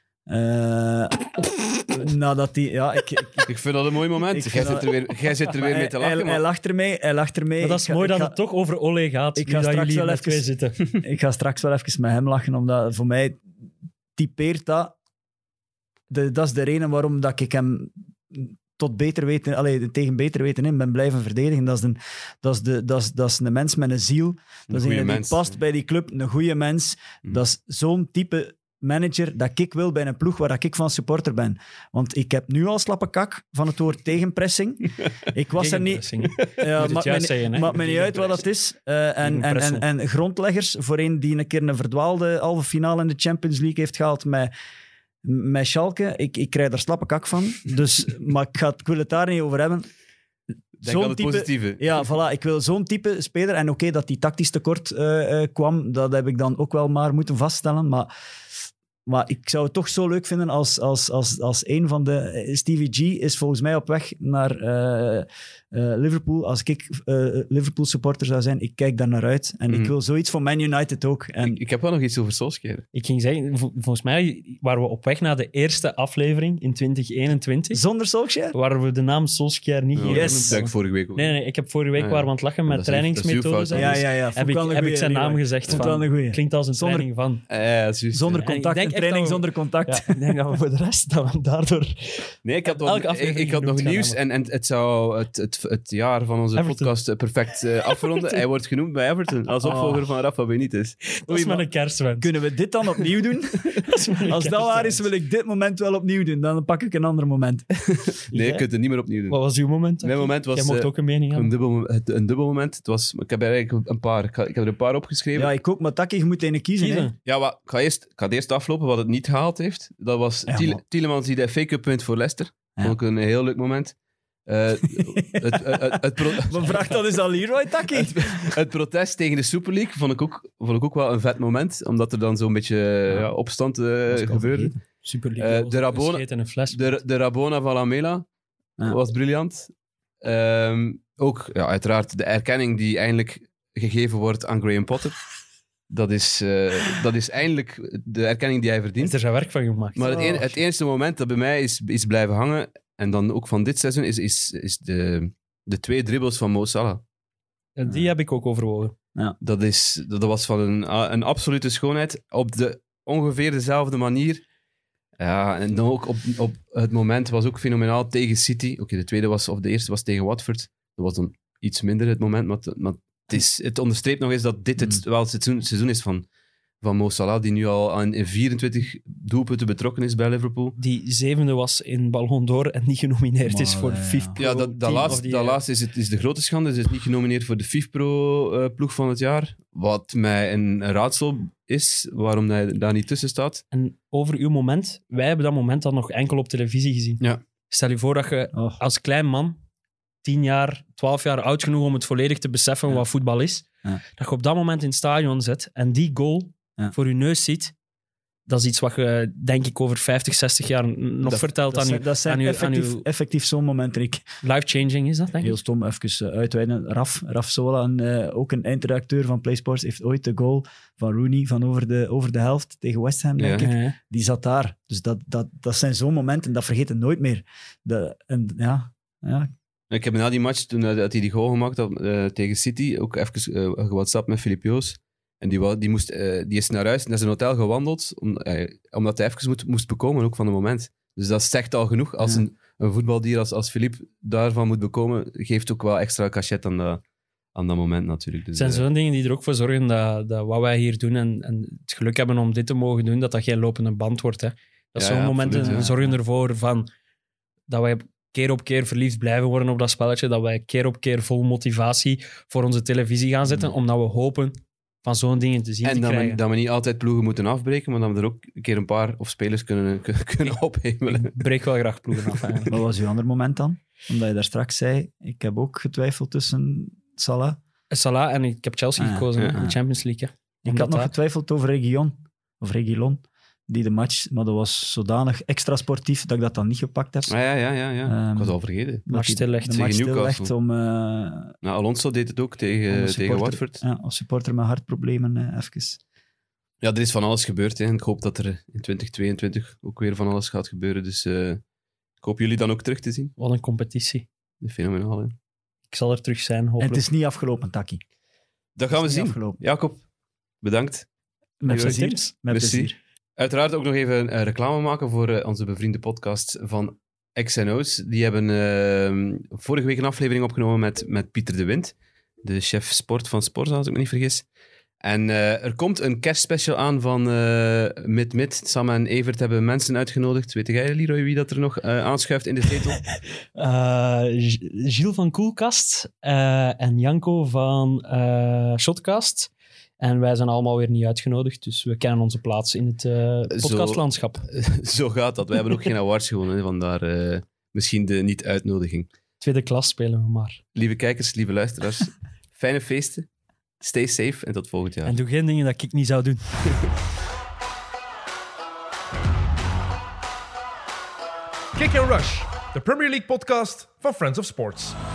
Nadat hij... Ja, Ik vind dat een mooi moment. Ik Jij vind zit er weer mee te lachen. hij maar- lacht ermee. Maar dat is mooi dat het toch over Ole gaat. ik nu ga dat straks jullie wel met twee zitten. Ik ga straks wel even met hem lachen, omdat voor mij typeert dat... Dat is de reden waarom dat ik hem tot beter weten, tegen beter weten in ben blijven verdedigen. Dat is een mens met een ziel. Dat is goeie een die mens. past bij die club, een goede mens. Dat is zo'n type manager dat ik wil bij een ploeg waar ik van supporter ben. Want ik heb nu al slappe kak van het woord tegenpressing. Ik was er niet... Ja, het juist zeggen, hè? maakt me niet uit wat dat is. En grondleggers, voor een die een keer een verdwaalde halve finale in de Champions League heeft gehaald met Schalke. Ik krijg daar slappe kak van. Dus, maar ik wil het daar niet over hebben. Denk aan het positieve. Ja, voilà. Ik wil zo'n type speler. En oké, dat die tactisch tekort kwam, dat heb ik dan ook wel maar moeten vaststellen. Maar ik zou het toch zo leuk vinden als een van de... Stevie G is volgens mij op weg naar Liverpool. Als ik Liverpool supporter zou zijn, ik kijk daar naar uit. En ik wil zoiets van Man United ook. En Ik heb wel nog iets over Solskjaer. Ik ging zeggen, volgens mij waren we op weg naar de eerste aflevering in 2021, zonder Solskjaer? waar we de naam Solskjaer niet gingen Yes. Dat noemen. zei ik vorige week ook. Nee, ik heb vorige week Ah, ja. waren we aan het lachen met Dat is uw- dat is uw trainingsmethodes. fout, en hè? dus Ja. heb ik zijn naam gezegd Vond van, wel een goeie. klinkt als een Zonder- training van. Ja, dat is juist. Zonder En ik contact denk training dat we- zonder contact. Ja, ik denk dat we voor de rest dat we daardoor... Nee, ik had Elke aflevering ik had nog genoemd gaan nieuws en het zou het jaar van onze Everton. podcast perfect afronden. Hij wordt genoemd bij Everton als opvolger van Rafa Benitez. Dat is met een kerstwens. Kunnen we dit dan opnieuw doen? Als dat waar is, wil ik dit moment wel opnieuw doen. Dan pak ik een ander moment. Nee, je kunt het niet meer opnieuw doen. Wat was uw moment? Mijn moment was Jij mocht ook een mening een hebben. dubbel moment. Ik heb er eigenlijk een paar. Ik heb er een paar opgeschreven. Ja, ik ook, maar Taki, je moet een kiezen. Hè. Kiezen. Ja, maar ik ga het eerst aflopen wat het niet gehaald heeft. Dat was Ja, man. Tielemans die de FA Cup punt voor Leicester. Ja. Vond ik een heel leuk moment. Maar vraag dat eens aan Leroy, Taki. Het protest tegen de Super League vond ik ook wel een vet moment. Omdat er dan zo'n beetje opstand gebeurde. Super de Rabona- in een fles. De Rabona van Lamela Ja. was briljant. Ook uiteraard de erkenning die eindelijk gegeven wordt aan Graham Potter. Dat is eindelijk de erkenning die hij Is verdient. er zijn werk van gemaakt. Maar het eerste moment dat bij mij is blijven hangen, en dan ook van dit seizoen, is de 2 dribbles van Mo Salah. Die heb ik ook overwogen. Dat was van een absolute schoonheid. Op ongeveer dezelfde manier. Ja, en dan ook op het moment was ook fenomenaal tegen City. Oké, de eerste was tegen Watford. Dat was dan iets minder het moment, maar het onderstreept nog eens dat dit wel het seizoen is van Mo Salah, die nu al in 24 doelpunten betrokken is bij Liverpool. Die 7e was in Ballon d'Or en niet genomineerd is voor Maar, FIFPro. Ja, dat laatste is de grote schande. Ze is niet genomineerd voor de FIFPro-ploeg van het jaar. Wat mij een raadsel is, waarom hij daar niet tussen staat. En over uw moment, wij hebben dat moment dan nog enkel op televisie gezien. Ja. Stel je voor dat je Oh. als klein man, 10 jaar, 12 jaar oud genoeg om het volledig te beseffen wat voetbal is, Ja. dat je op dat moment in het stadion zit en die goal voor je neus ziet, dat is iets wat je, denk ik, over 50, 60 jaar nog vertelt aan je. Dat zijn aan effectief zo'n moment, Rick. Life-changing is dat, denk Heel ik. stom, even uitweiden. Raf Sola, ook een eindredacteur van PlaySports, heeft ooit de goal van Rooney van over de helft tegen West Ham, denk ik. Ja. Die zat daar. Dus dat zijn zo'n momenten, dat vergeet je nooit meer. Ja. Ik heb na die match, toen dat hij die goal gemaakt had tegen City, ook even gewhatsappt met Filip Joos. En die is naar huis, naar zijn hotel gewandeld, omdat hij even moest bekomen ook van het moment. Dus dat zegt al genoeg. Als een voetbaldier als Filip daarvan moet bekomen, geeft ook wel extra cachet aan dat moment natuurlijk. Dus, Het zijn zo'n dingen die er ook voor zorgen dat wat wij hier doen en het geluk hebben om dit te mogen doen, dat geen lopende band wordt. Hè. Dat Ja, zo'n ja, momenten absoluut, ja. zorgen ervoor dat wij keer op keer verliefd blijven worden op dat spelletje, dat wij keer op keer vol motivatie voor onze televisie gaan zitten, omdat we hopen van zo'n dingen te zien en te dat krijgen. we niet altijd ploegen moeten afbreken, maar dat we er ook een keer een paar of spelers kunnen ophemelen. Ik breek wel graag ploegen af. Eigenlijk. Wat was uw ander moment dan? Omdat je daar straks zei, ik heb ook getwijfeld tussen Salah. Salah en ik heb Chelsea gekozen in de Champions League. Hè. Ik Omdat had nog dat- getwijfeld over Reguilon, die de match, maar dat was zodanig extra sportief dat ik dat dan niet gepakt heb. Ja. Ik was al vergeten. Dat match hij stillegt. de match Tegen Newcastle. stillegt om Nou, Alonso deed het ook tegen Watford. Ja, als supporter met hartproblemen, even. Ja, er is van alles gebeurd. Hè. En ik hoop dat er in 2022 ook weer van alles gaat gebeuren. Dus ik hoop jullie dan ook terug te zien. Wat een competitie. Fenomenaal, hè. Ik zal er terug zijn, En hopelijk. het is niet afgelopen, Taki. Dat gaan we Het is niet zien. afgelopen. Jacob, bedankt. Met Leroy plezier. Tims. Met Merci. plezier. Uiteraard ook nog even reclame maken voor onze bevriende podcast van X&O's. Die hebben vorige week een aflevering opgenomen met Pieter de Wind, de chef sport van Sporza, als ik me niet vergis. En er komt een kerstspecial aan van Mid. Sam en Evert hebben mensen uitgenodigd. Weet jij, Leroy, wie dat er nog aanschuift in de zetel? Gilles van Koelkast en Janko van Shotcast. En wij zijn allemaal weer niet uitgenodigd, dus we kennen onze plaats in het podcastlandschap. Zo gaat dat. Wij hebben ook geen awards gewonnen, hè, vandaar misschien de niet-uitnodiging. Tweede klas spelen we maar. Lieve kijkers, lieve luisteraars, fijne feesten. Stay safe en tot volgend jaar. En doe geen dingen dat ik niet zou doen. Kick and Rush, de Premier League podcast van Friends of Sports.